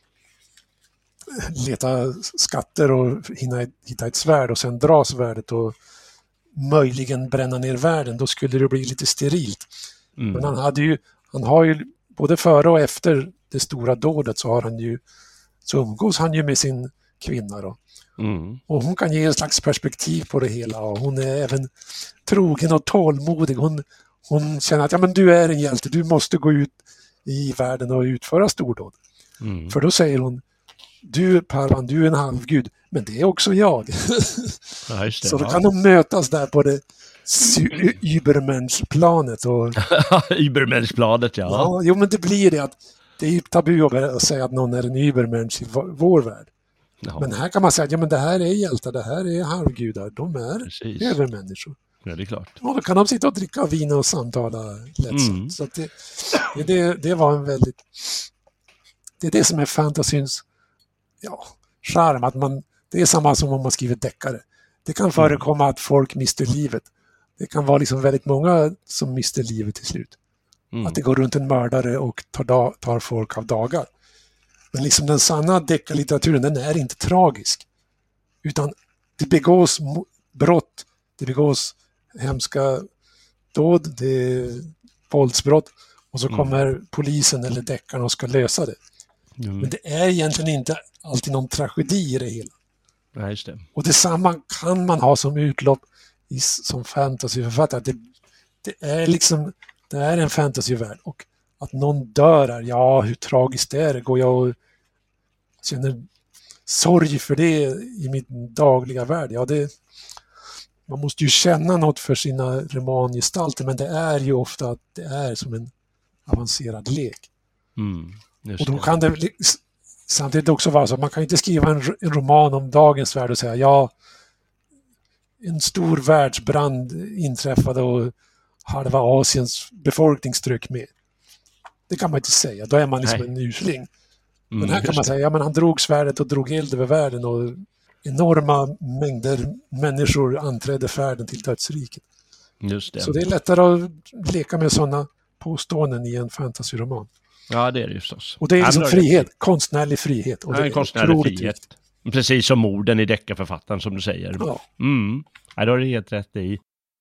leta skatter och hinna hitta ett svärd och sen dra svärdet och möjligen bränna ner världen, då skulle det bli lite sterilt. Mm. Men han hade ju, han har ju både före och efter det stora dådet så har han ju, så umgås han ju med sin kvinna då. Mm. Och hon kan ge en slags perspektiv på det hela, och hon är även trogen och tålmodig. Hon, hon känner att ja, men du är en hjälte, du måste gå ut i världen och utföra stordåd. Mm. För då säger hon, du Parvan, du är en halvgud, men det är också jag. Ja, just det, så då ja. kan de mötas där på det Übermensch-planet. Och... Übermensch-planet, ja. ja. Jo, men det blir det att det är ju tabu att säga att någon är en Übermensch i vår värld. Ja. Men här kan man säga att ja, men det här är hjältar, det här är halvgudar, de är Precis. övermänniskor. Ja, det är klart. Och då kan de sitta och dricka vin och samtala lättsamt. Mm. Så att det, det, det var en väldigt... Det är det som är fantasyns ja, charm, att man, det är samma som om man skriver deckare. Det kan förekomma mm. att folk mister livet. Det kan vara liksom väldigt många som mister livet till slut. Mm. Att det går runt en mördare och tar, dag, tar folk av dagar. Men liksom den sanna deckarlitteraturen, den är inte tragisk. Utan det begås brott, det begås hemska dåd, det är våldsbrott, och så mm. kommer polisen eller deckarna och ska lösa det. Mm. Men det är egentligen inte alltid någon tragedi i det hela. Nej, just det. Och detsamma kan man ha som utlopp i, som fantasyförfattare. Det, det är liksom, det är en fantasyvärld, och att någon dör här, ja hur tragiskt är det? Går jag och känner sorg för det i mitt dagliga värld? Ja, det, man måste ju känna något för sina romangestalter, men det är ju ofta att det är som en avancerad lek. Mm, just och då det. kan det samtidigt också vara så att man kan inte skriva en, en roman om dagens värld och säga ja, en stor världsbrand inträffade och halva Asiens befolkning strök med. Det kan man inte säga, då är man liksom Nej. en usling. Mm, men här kan just man det. säga, ja men han drog svärdet och drog eld över världen och enorma mängder människor anträdde färden till dödsriket. Just det. Så det är lättare att leka med sådana påståenden i en fantasyroman. Ja, det är det ju förstås. Och det är liksom Ja, frihet, konstnärlig frihet. Och Ja, det en är konstnärlig otroligt frihet. viktigt. Precis som morden i deckarförfattaren som du säger. Ja. Mm. Ja, det har du helt rätt i.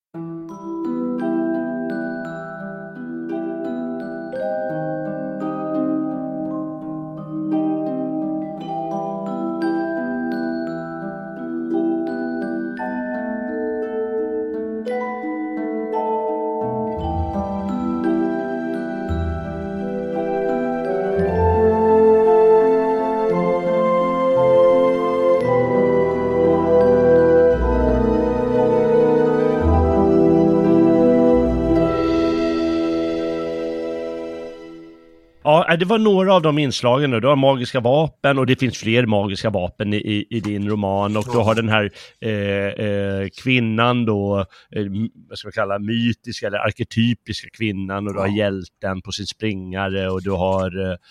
Ja, det var några av de inslagen. Du har magiska vapen och det finns fler magiska vapen i, i, i din roman. Och du har den här eh, eh, kvinnan då, eh, vad ska man kalla, mytiska eller arketypiska kvinnan. Och du har hjälten på sin springare och du har eh,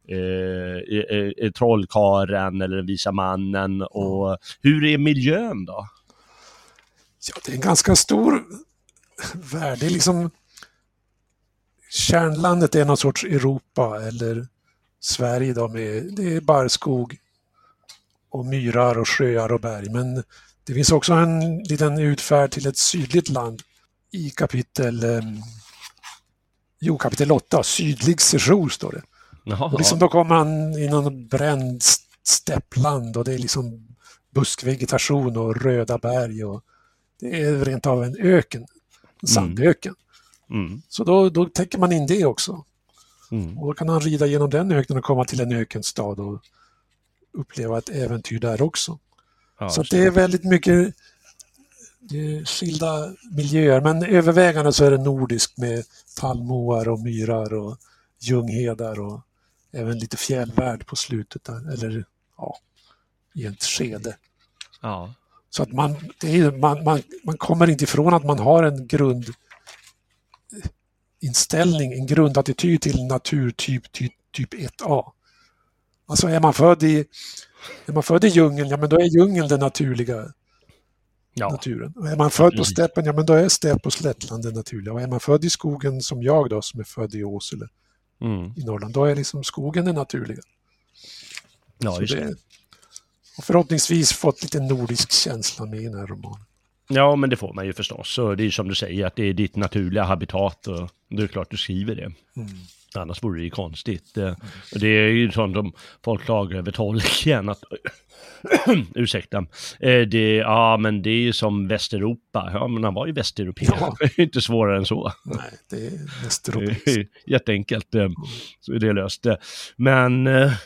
eh, eh, trollkaren eller den visa mannen. Och hur är miljön då? Ja, det är en ganska stor värld. Det är liksom kärnlandet är någon sorts Europa eller Sverige då med, det är barrskog och myrar och sjöar och berg. Men det finns också en liten utfärd till ett sydligt land i kapitel eh, jo, kapitel åtta, sydlig sejour står det. Jaha. Och liksom då kommer han i någon bränd steppland och det är liksom buskvegetation och röda berg och det är rent av en öken, en sandöken. Mm. Så då, då täcker man in det också. Mm. Och då kan han rida genom den öknen och komma till en ökenstad och uppleva ett äventyr där också. Ja, så att det är väldigt mycket det är skilda miljöer, men övervägande så är det nordiskt med palmmoar och myrar och ljunghedar och även lite fjällvärld på slutet där, eller ja, i ett skede. Ja. Så att man, det är, man, man, man kommer inte ifrån att man har en grund inställning, en grundattityd till naturtyp typ, typ ett A. Alltså är man född i är man född i djungeln, ja men då är djungeln den naturliga Ja. naturen. Och är man född på steppen, ja men då är stepp och slättland den naturliga. Och är man född i skogen som jag då, som är född i Åsele Mm. i Norrland, då är liksom skogen den naturliga. Ja, Så just det, det. och förhoppningsvis fått lite nordisk känsla med i den här romanen. Ja, men det får man ju förstås. Så det är ju som du säger, att det är ditt naturliga habitat och det är klart du skriver det. Mm. Annars vore det ju konstigt. Mm. Och det är ju sånt som folk klagar över tolken. Att, ursäkta. Det, ja, men det är ju som Västeuropa. Ja, men han var ju västeuropé. Ja. Det är inte svårare än så. Nej, det är västeuropeiskt. Jätteenkelt. Så är det löst. Men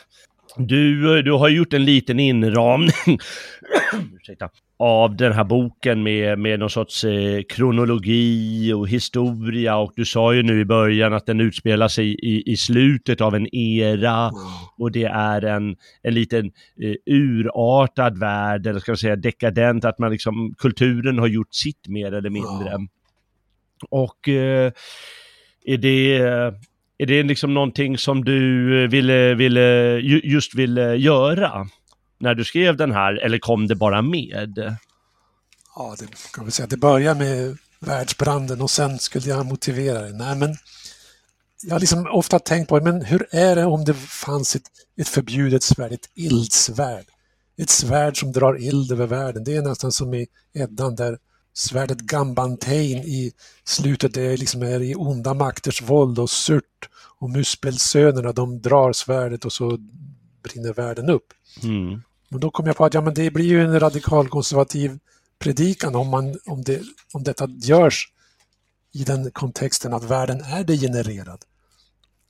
du, du har gjort en liten inramning ursäkta, av den här boken med, med någon sorts eh, kronologi och historia, och du sa ju nu i början att den utspelar sig i, i slutet av en era Wow. och det är en, en liten eh, urartad värld, eller ska jag säga dekadent, att man liksom, kulturen har gjort sitt mer eller mindre. Wow. Och eh, är det... Är det liksom någonting som du ville, ville, just ville göra när du skrev den här, eller kom det bara med? Ja, det kan vi säga. Det börjar med världsbranden och sen skulle jag motivera det. Nej, men jag har liksom ofta tänkt på, men hur är det om det fanns ett, ett förbjudet svärd, ett eldsvärd? Ett svärd som drar eld över världen. Det är nästan som i Eddan där svärdet Gambantein i slutet det liksom är i onda makters våld och Surt och Muspelsönerna, de drar svärdet och så brinner världen upp. Mm. Och då kom jag på att ja, men det blir ju en radikalkonservativ predikan om, man, om, det, om detta görs i den kontexten att världen är degenererad.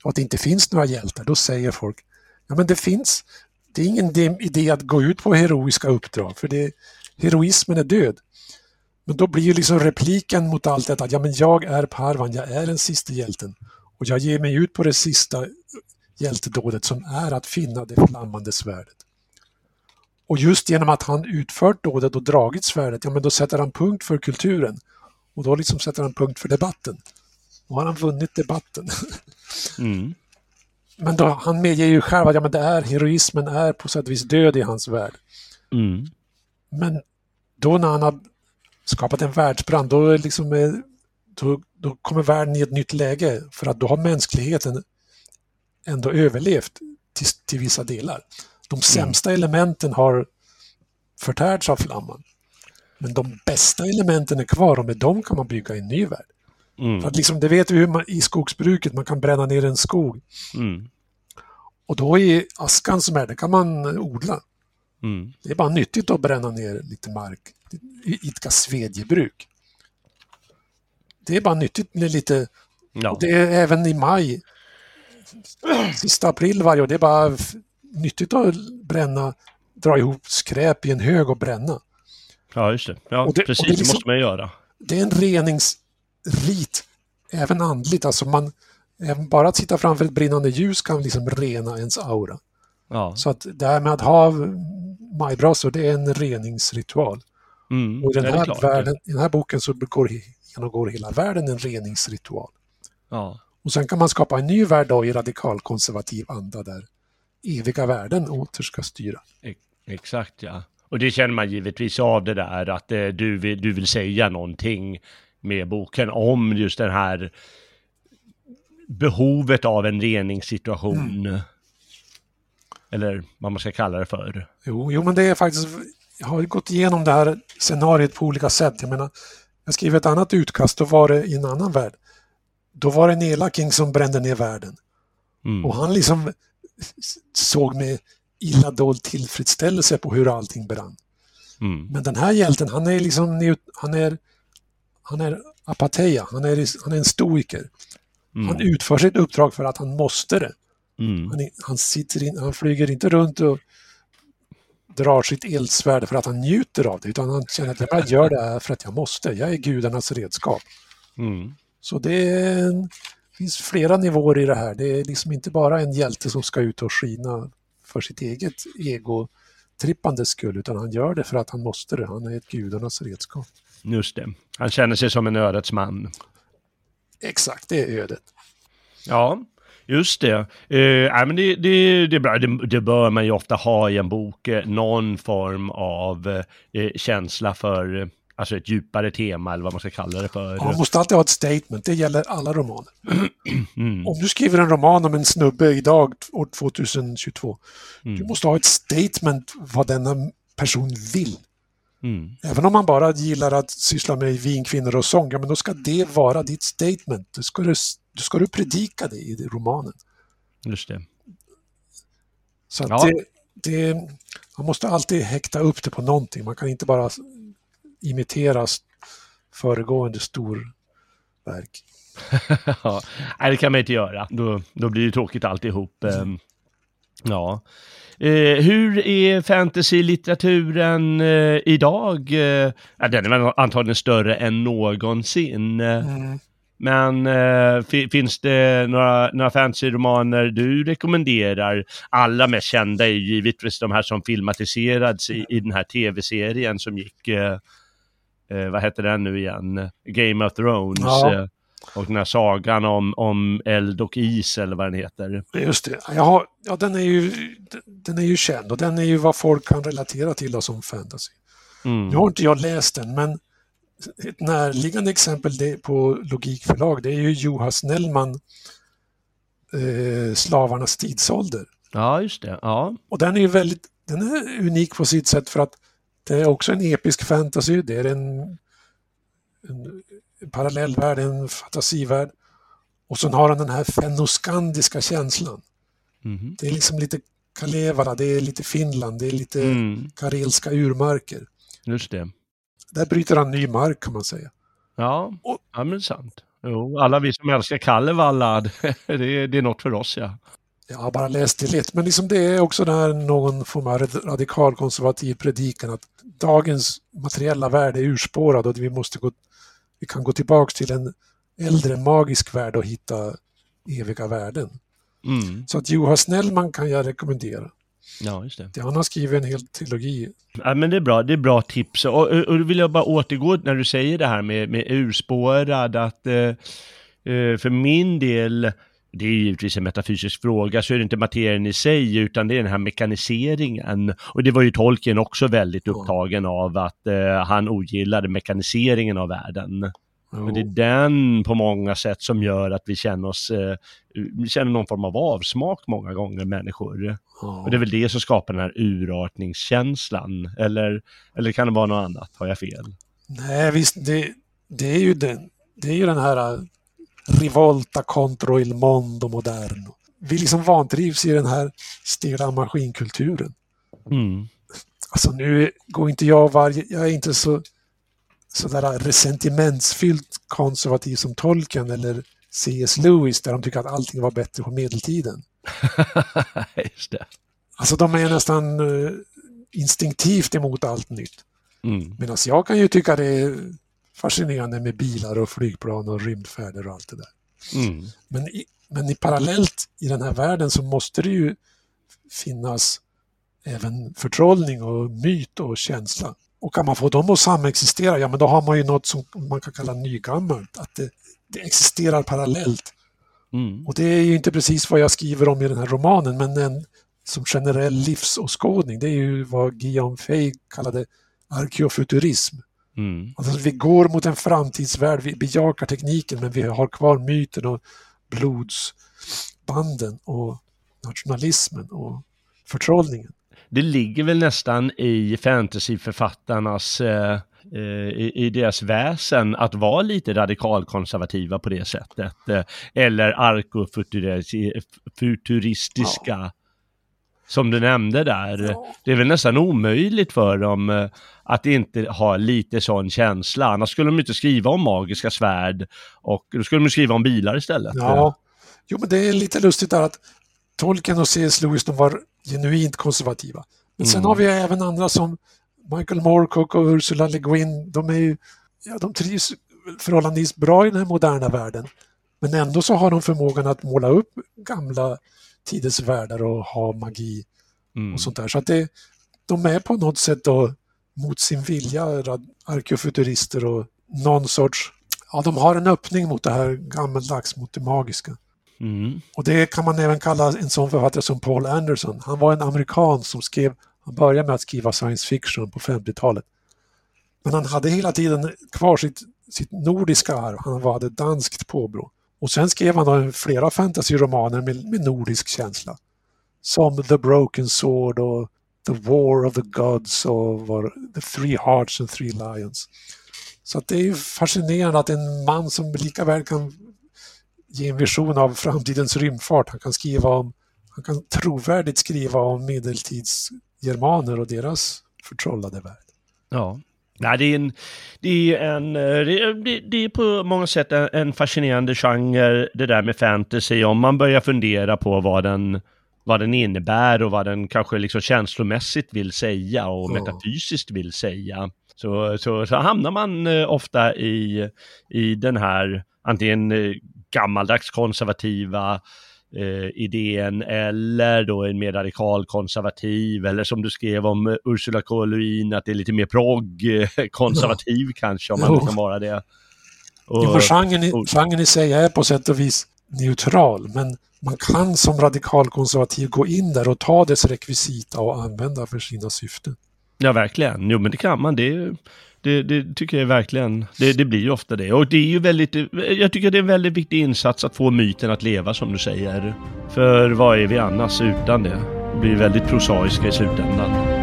på att det inte finns några hjältar, då säger folk, ja men det finns, det är ingen idé att gå ut på heroiska uppdrag, för det, heroismen är död. Men då blir ju liksom repliken mot allt detta, att ja men jag är Parvan, jag är den sista hjälten. Och jag ger mig ut på det sista hjältedådet som är att finna det flammande svärdet. Och just genom att han utfört dådet och dragit svärdet, ja men då sätter han punkt för kulturen. Och då liksom sätter han punkt för debatten. Och har han vunnit debatten. Mm. Men då, han medger ju själv att ja, men det är, heroismen är på sätt och vis död i hans värld. Mm. Men då när han har skapat en världsbrand, då, liksom, då, då kommer världen i ett nytt läge. För att då har mänskligheten ändå överlevt till, till vissa delar. De sämsta mm. elementen har förtärts av flamman. Men de bästa elementen är kvar och med dem kan man bygga en ny värld. Mm. För att liksom, det vet vi hur man, i skogsbruket, man kan bränna ner en skog. Mm. Och då i askan som är det kan man odla. Mm. Det är bara nyttigt att bränna ner lite mark. Idka svedjebruk. Det är bara nyttigt med lite... Ja. Det är även i maj. Sista april varje år. Det är bara nyttigt att bränna, dra ihop skräp i en hög och bränna. Ja, just det. Ja, det, precis. Det, liksom, det måste man göra. Det är en reningsrit, även andligt. Alltså man, även bara att sitta framför ett brinnande ljus kan liksom rena ens aura. Ja. Så att det här med att ha majbrasor, det är en reningsritual. Mm, och i den här, världen, i den här boken så går, genomgår hela världen en reningsritual. Ja. Och sen kan man skapa en ny värld då i radikalkonservativ anda där eviga världen åter ska styra. Exakt, ja. Och det känner man givetvis av det där att eh, du, vill, du vill säga någonting med boken om just den här behovet av en reningssituation. Mm. Eller vad man ska kalla det för. Jo, jo, men det är faktiskt, jag har gått igenom det här scenariot på olika sätt. Jag menar, jag skrev ett annat utkast, då var det i en annan värld. Då var det en elaking som brände ner världen. Mm. Och han liksom såg med illa dold tillfredsställelse på hur allting brann. Mm. Men den här hjälten, han är liksom han är han är apatheia, han är, han är en stoiker. Mm. Han utför sitt uppdrag för att han måste det. Mm. Han, han, sitter in, han flyger inte runt och drar sitt eldsvärd för att han njuter av det, utan han känner att jag gör det här för att jag måste. Jag är gudarnas redskap. Mm. Så det är, finns flera nivåer i det här. Det är liksom inte bara en hjälte som ska ut och skina för sitt eget ego-trippande skull, utan han gör det för att han måste det. Han är ett gudarnas redskap. Just det. Han känner sig som en ödets man. Exakt, det är ödet. Ja, just det. Eh, men det, det, det, är bra. Det, det bör man ju ofta ha i en bok. Eh, någon form av eh, känsla för eh, alltså ett djupare tema eller vad man ska kalla det för. Ja, man måste alltid ha ett statement. Det gäller alla romaner. Mm. Om du skriver en roman om en snubbe idag, år tjugohundratjugotvå, mm. du måste ha ett statement vad denna person vill. Mm. Även om man bara gillar att syssla med vin, kvinnor och sång, ja, men då ska det vara ditt statement. Då ska du, då ska du predika det i romanen. Just det. Så att ja. det, det, man måste alltid häkta upp det på någonting. Man kan inte bara imitera föregående storverk. Ja, det kan man inte göra. Då, då blir det tråkigt alltihop. Mm. Ja. Eh, hur är fantasy-litteraturen eh, idag? Eh, den är väl antagligen större än någonsin. Mm. Men eh, f- finns det några, några fantasy-romaner du rekommenderar? Alla mest kända är ju givetvis de här som filmatiserats i, i den här tv-serien som gick, eh, eh, vad heter den nu igen? Game of Thrones. Ja. Eh, och den här sagan om, om eld och is eller vad den heter. Just det. Jag har, ja, den, är ju, den är ju känd och den är ju vad folk kan relatera till då, som fantasy. Mm. Nu har inte jag läst den, men ett närliggande exempel det på Logikförlag, det är ju Juha Snellman, eh, Slavarnas tidsålder. Ja, just det. Ja. Och den är ju väldigt, den är unik på sitt sätt för att det är också en episk fantasy, det är en, en en parallellvärld, en fantasivärld. Och så har han den här fennoskandiska känslan. Mm. Det är liksom lite Kalevala, det är lite Finland, det är lite mm. karelska urmarker. Just det. Där bryter han ny mark kan man säga. Ja, och, ja men sant. Jo, alla vi som älskar Kalevala, det är, det är något för oss, ja. Jag har bara läst det lite, men liksom det är också där någon form av radikalkonservativ predikan att dagens materiella värld är urspårad och vi måste gå, vi kan gå tillbaka till en äldre magisk värld och hitta eviga värden. Mm. Så att Juha Snellman kan jag rekommendera. Ja, just det. Han har skrivit en hel trilogi. Ja, men det är bra, det är bra tips. Och, och, och då vill jag bara återgå när du säger det här med, med urspårad, att eh, för min del, det är givetvis en metafysisk fråga, så är det inte materien i sig utan det är den här mekaniseringen. Och det var ju Tolkien också väldigt upptagen ja. av, att eh, han ogillade mekaniseringen av världen. Och det är den på många sätt som gör att vi känner oss eh, vi känner någon form av avsmak många gånger, människor. Ja. Och det är väl det som skapar den här urartningskänslan. Eller, eller kan det vara något annat? Har jag fel? Nej, visst, det, det, är, ju den, det är ju den här rivolta contro il mondo moderno. Vi liksom vantrivs i den här stela maskinkulturen. Mm. Alltså nu går inte jag varje... Jag är inte så... sådär resentimentsfyllt konservativ som Tolkien eller C S Lewis där de tycker att allting var bättre på medeltiden. Just det. Alltså de är nästan uh, instinktivt emot allt nytt. Mm. Medan jag kan ju tycka det är fascinerande med bilar och flygplan och rymdfärder och allt det där. Mm. Men, i, men i parallellt i den här världen så måste det ju finnas även förtrollning och myt och känsla. Och kan man få dem att samexistera, ja men då har man ju något som man kan kalla nygammalt. Att det, det existerar parallellt. Mm. Och det är ju inte precis vad jag skriver om i den här romanen, men en som generell livsåskådning. Det är ju vad Guillaume Fay kallade arkeofuturism. Mm. Alltså vi går mot en framtidsvärld, vi bejakar tekniken men vi har kvar myten och blodsbanden och nationalismen och förtrollningen. Det ligger väl nästan i fantasyförfattarnas eh, i, i deras väsen att vara lite radikalkonservativa på det sättet. Eh, eller arkofuturistiska ja. Som du nämnde där. Ja. Det är väl nästan omöjligt för dem eh, att inte ha lite sån känsla. Annars skulle de inte skriva om magiska svärd och då skulle de skriva om bilar istället. Ja, jo men det är lite lustigt där att Tolkien och C S Lewis de var genuint konservativa. Men sen mm. har vi även andra som Michael Moorcock och Ursula Le Guin. De är ju, ja, de trivs förhållandevis bra i den här moderna världen. Men ändå så har de förmågan att måla upp gamla tidens världar och ha magi mm. och sånt där. Så att det, de är på något sätt då mot sin vilja arkeofuturister och någon sorts, ja de har en öppning mot det här gammaldags, mot det magiska. Mm. Och det kan man även kalla en sån författare som Paul Anderson. Han var en amerikan som skrev, han började med att skriva science fiction på femtiotalet. Men han hade hela tiden kvar sitt, sitt nordiska arv. Han hade danskt påbrå. Och sen skrev han då flera fantasyromaner med, med nordisk känsla. Som The Broken Sword och The War of the Gods och var, The Three Hearts and Three Lions. Så att det är ju fascinerande att en man som lika väl kan ge en vision av framtidens rymdfart. Han kan skriva om, han kan trovärdigt skriva om medeltidsgermaner och deras förtrollade värld. Ja. Nej, det är en, det är en, det, det är på många sätt en, en fascinerande genre, det där med fantasy, om man börjar fundera på vad den, vad den innebär och vad den kanske liksom känslomässigt vill säga och ja. metafysiskt vill säga. Så, så, så hamnar man ofta i, i den här antingen gammaldags konservativa eh, idén eller då en mer radikal konservativ, eller som du skrev om Ursula K. Le Guin, att det är lite mer progg konservativ ja. kanske, om man jo. kan vara det. Och, jo, genren, i, och, genren i sig är på sätt och vis neutral, men man kan som radikal konservativ gå in där och ta dess rekvisita och använda för sina syften. Ja, verkligen. Jo, men det kan man. Det är Det, det tycker jag verkligen, det, det blir ju ofta det. Och det är ju väldigt, jag tycker det är en väldigt viktig insats att få myten att leva, som du säger. För vad är vi annars utan det? Det blir väldigt prosaiska i slutändan.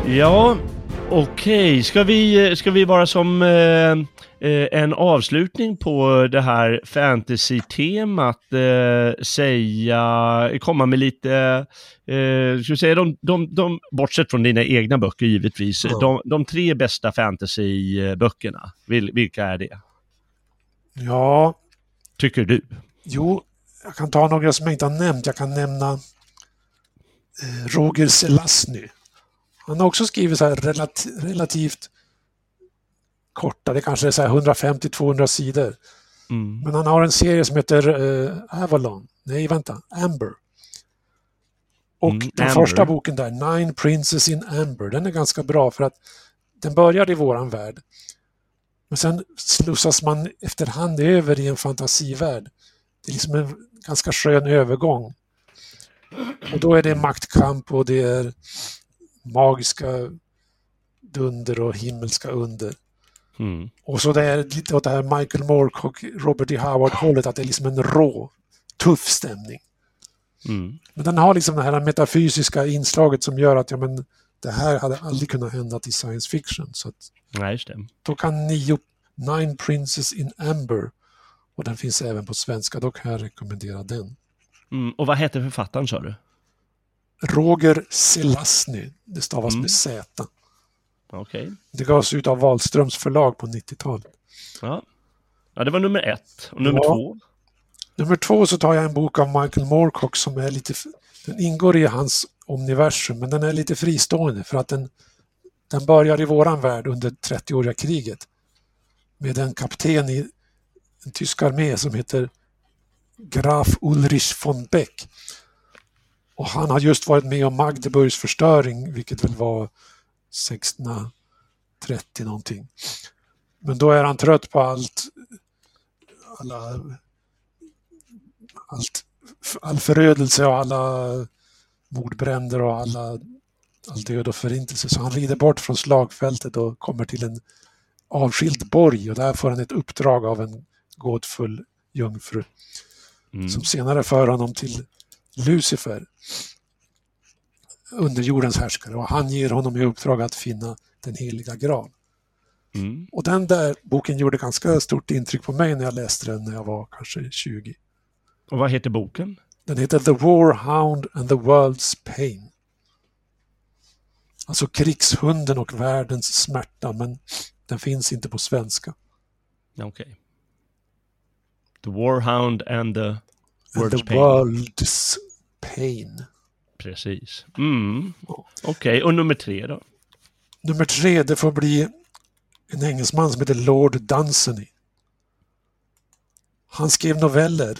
Ja, okej. Okay. Ska vi, ska vi bara som eh, en avslutning på det här fantasy-temat eh, säga, komma med lite, eh, ska vi säga, de, de, de, bortsett från dina egna böcker givetvis, mm. de, de tre bästa fantasy-böckerna, Vil, vilka är det? Ja. Tycker du? Jo, jag kan ta några som jag inte har nämnt. Jag kan nämna eh, Roger Zelazny. Han har också skrivit så här relativt, relativt korta, det kanske är så här hundrafemtio till tvåhundra sidor. Mm. Men han har en serie som heter eh, Avalon. Nej, vänta, Amber. Och mm, den Amber. Första boken där, Nine Princes in Amber, den är ganska bra för att den börjar i våran värld. Men sen slussas man efterhand över i en fantasivärld. Det är liksom en ganska skön övergång. Och då är det maktkamp och det är magiska dunder och himmelska under. Mm. Och så det är lite åt det här Michael Moorcock och Robert D. Howard-hållet, att det är liksom en rå, tuff stämning. Mm. Men den har liksom det här metafysiska inslaget som gör att ja, men, det här hade aldrig kunnat hända i science fiction. Så att, nej, just det. Då kan nio, Nine Princes in Amber, och den finns även på svenska, då kan jag rekommendera den. Mm. Och vad heter författaren, sa du? Roger Zelazny, det stavas mm. med Z. Okay. Det gavs ut av Wahlströms förlag på nittiotalet. Ja. Ja, det var nummer ett. Och nummer ja. två? Nummer två så tar jag en bok av Michael Moorcock som är lite, den ingår i hans omniversum, men den är lite fristående för att den, den börjar i våran värld under trettioåriga kriget med en kapten i en tysk armé som heter Graf Ulrich von Beck. Och han har just varit med om Magdeburgs förstöring, vilket väl var sextonhundratrettio någonting. Men då är han trött på allt, alla, allt, all förödelse och alla mordbränder och alla, all död och förintelse. Så han rider bort från slagfältet och kommer till en avskild borg, och där får han ett uppdrag av en gåtfull jungfru mm. som senare för honom till Lucifer, underjordens härskare, och han ger honom i uppdrag att finna den heliga grav. Mm. Och den där boken gjorde ganska stort intryck på mig när jag läste den när jag var kanske tjugo. Och vad heter boken? Den heter The Warhound and the World's Pain. Alltså krigshunden och världens smärta, men den finns inte på svenska. Okej. Okay. The Warhound and the World's and the Pain. World's Pain. Precis. Mm. Okej, okay. Och nummer tre då? Nummer tre, det får bli en engelsman som heter Lord Dunsany. Han skrev noveller.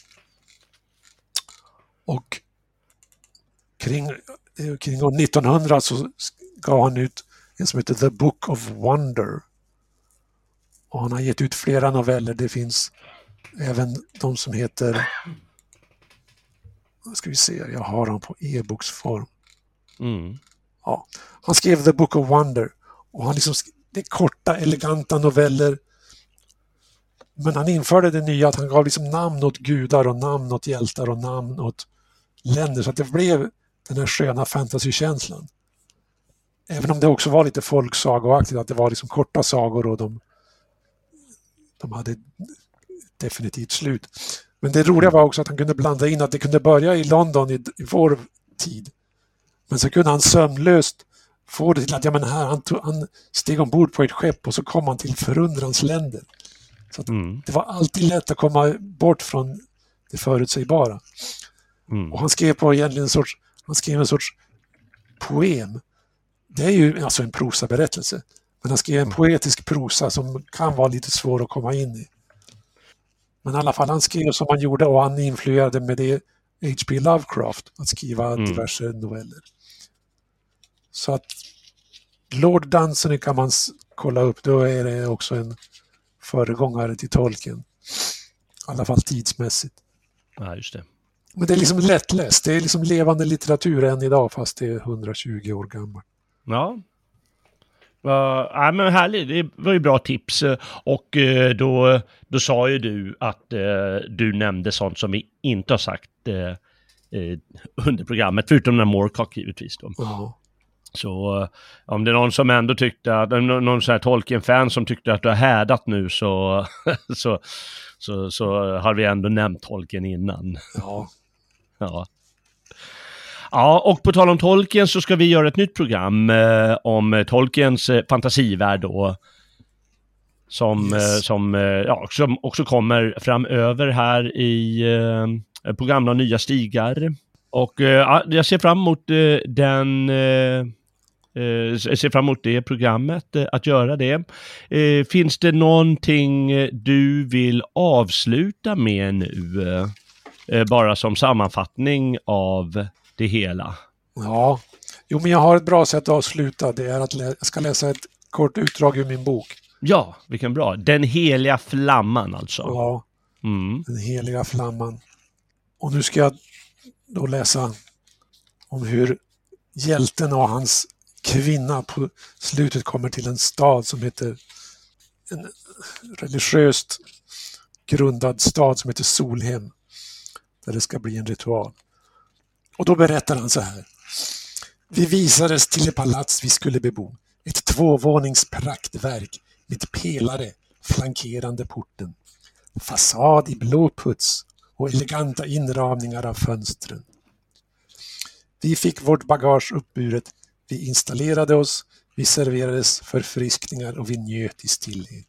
Och kring, kring år nittonhundra så gav han ut en som heter The Book of Wonder. Och han har gett ut flera noveller. Det finns även de som heter, vad ska vi se, jag har dem på e-boksform. Mm. Ja. Han skrev The Book of Wonder, och han liksom, det är korta, eleganta noveller, men han införde det nya att han gav liksom namn åt gudar och namn åt hjältar och namn åt länder, så att det blev den här sköna fantasykänslan. Även om det också var lite folksagoaktigt, att det var liksom korta sagor och de, de hade definitivt slut. Men det roliga var också att han kunde blanda in att det kunde börja i London i, i vår tid. Men så kunde han sömlöst få det till att ja, men här, han, tog, han steg ombord på ett skepp och så kom han till förundrans länder. Så att mm. det var alltid lätt att komma bort från det förutsägbara. Mm. Och han skrev på egentligen en sorts, han skrev en sorts poem. Det är ju alltså en prosaberättelse. Men han skrev en poetisk prosa som kan vara lite svår att komma in i. Men i alla fall, han skrev som han gjorde, och han influerade med det H P Lovecraft att skriva mm. diverse noveller. Så att Lord Dunsany kan man kolla upp, då är det också en föregångare till Tolkien. I alla fall tidsmässigt. Ja, just det. Men det är liksom lättläst. Det är liksom levande litteratur än idag, fast det är hundratjugo år gammalt. Ja. Uh, ja, men härligt, det var ju bra tips. Och uh, då, då sa ju du att uh, du nämnde sånt som vi inte har sagt uh, uh, under programmet, förutom den Moorcock givetvis då. Ja. Så om det är någon som ändå tyckte att, någon sån här Tolkien-fan som tyckte att du har hädat nu så, så, så, så har vi ändå nämnt Tolkien innan. Ja. Ja. Ja, och på tal om Tolkien så ska vi göra ett nytt program eh, om Tolkiens eh, fantasivärld då. Som, yes. eh, som, eh, ja, som också kommer framöver här i eh, på gamla och nya stigar. Och eh, jag ser fram emot eh, den... Eh, Jag ser fram emot det programmet, att göra det. Finns det någonting du vill avsluta med nu? Bara som sammanfattning av det hela. Ja, jo men jag har ett bra sätt att avsluta. Det är att lä- jag ska läsa ett kort utdrag ur min bok. Ja, vilken bra. Den heliga flamman alltså. Ja, mm. Den heliga flamman. Och nu ska jag då läsa om hur hjälten och hans kvinna på slutet kommer till en stad som heter, en religiöst grundad stad som heter Solhem, där det ska bli en ritual. Och då berättar han så här: vi visades till det palats vi skulle bebo, ett tvåvåningspraktverk med pelare flankerande porten, fasad i blå puts och eleganta inramningar av fönstren. Vi fick vårt bagage uppburet. Vi installerade oss, vi serverades förfriskningar och vi njöt i stillhet.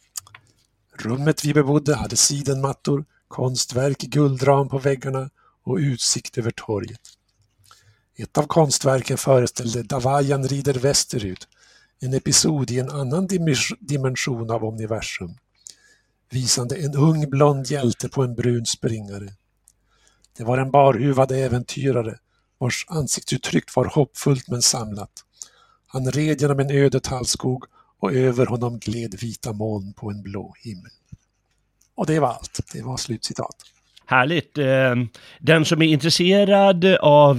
Rummet vi bebodde hade sidenmattor, konstverk i guldram på väggarna och utsikt över torget. Ett av konstverken föreställde Davajan rider västerut, en episod i en annan dimension av universum, visande en ung blond hjälte på en brun springare. Det var en barhuvad äventyrare vars ansiktsuttryck var hoppfullt men samlat. Han red genom en öde tallskog och över honom gled vita moln på en blå himmel. Och det var allt. Det var slutcitat. Härligt. Den som är intresserad av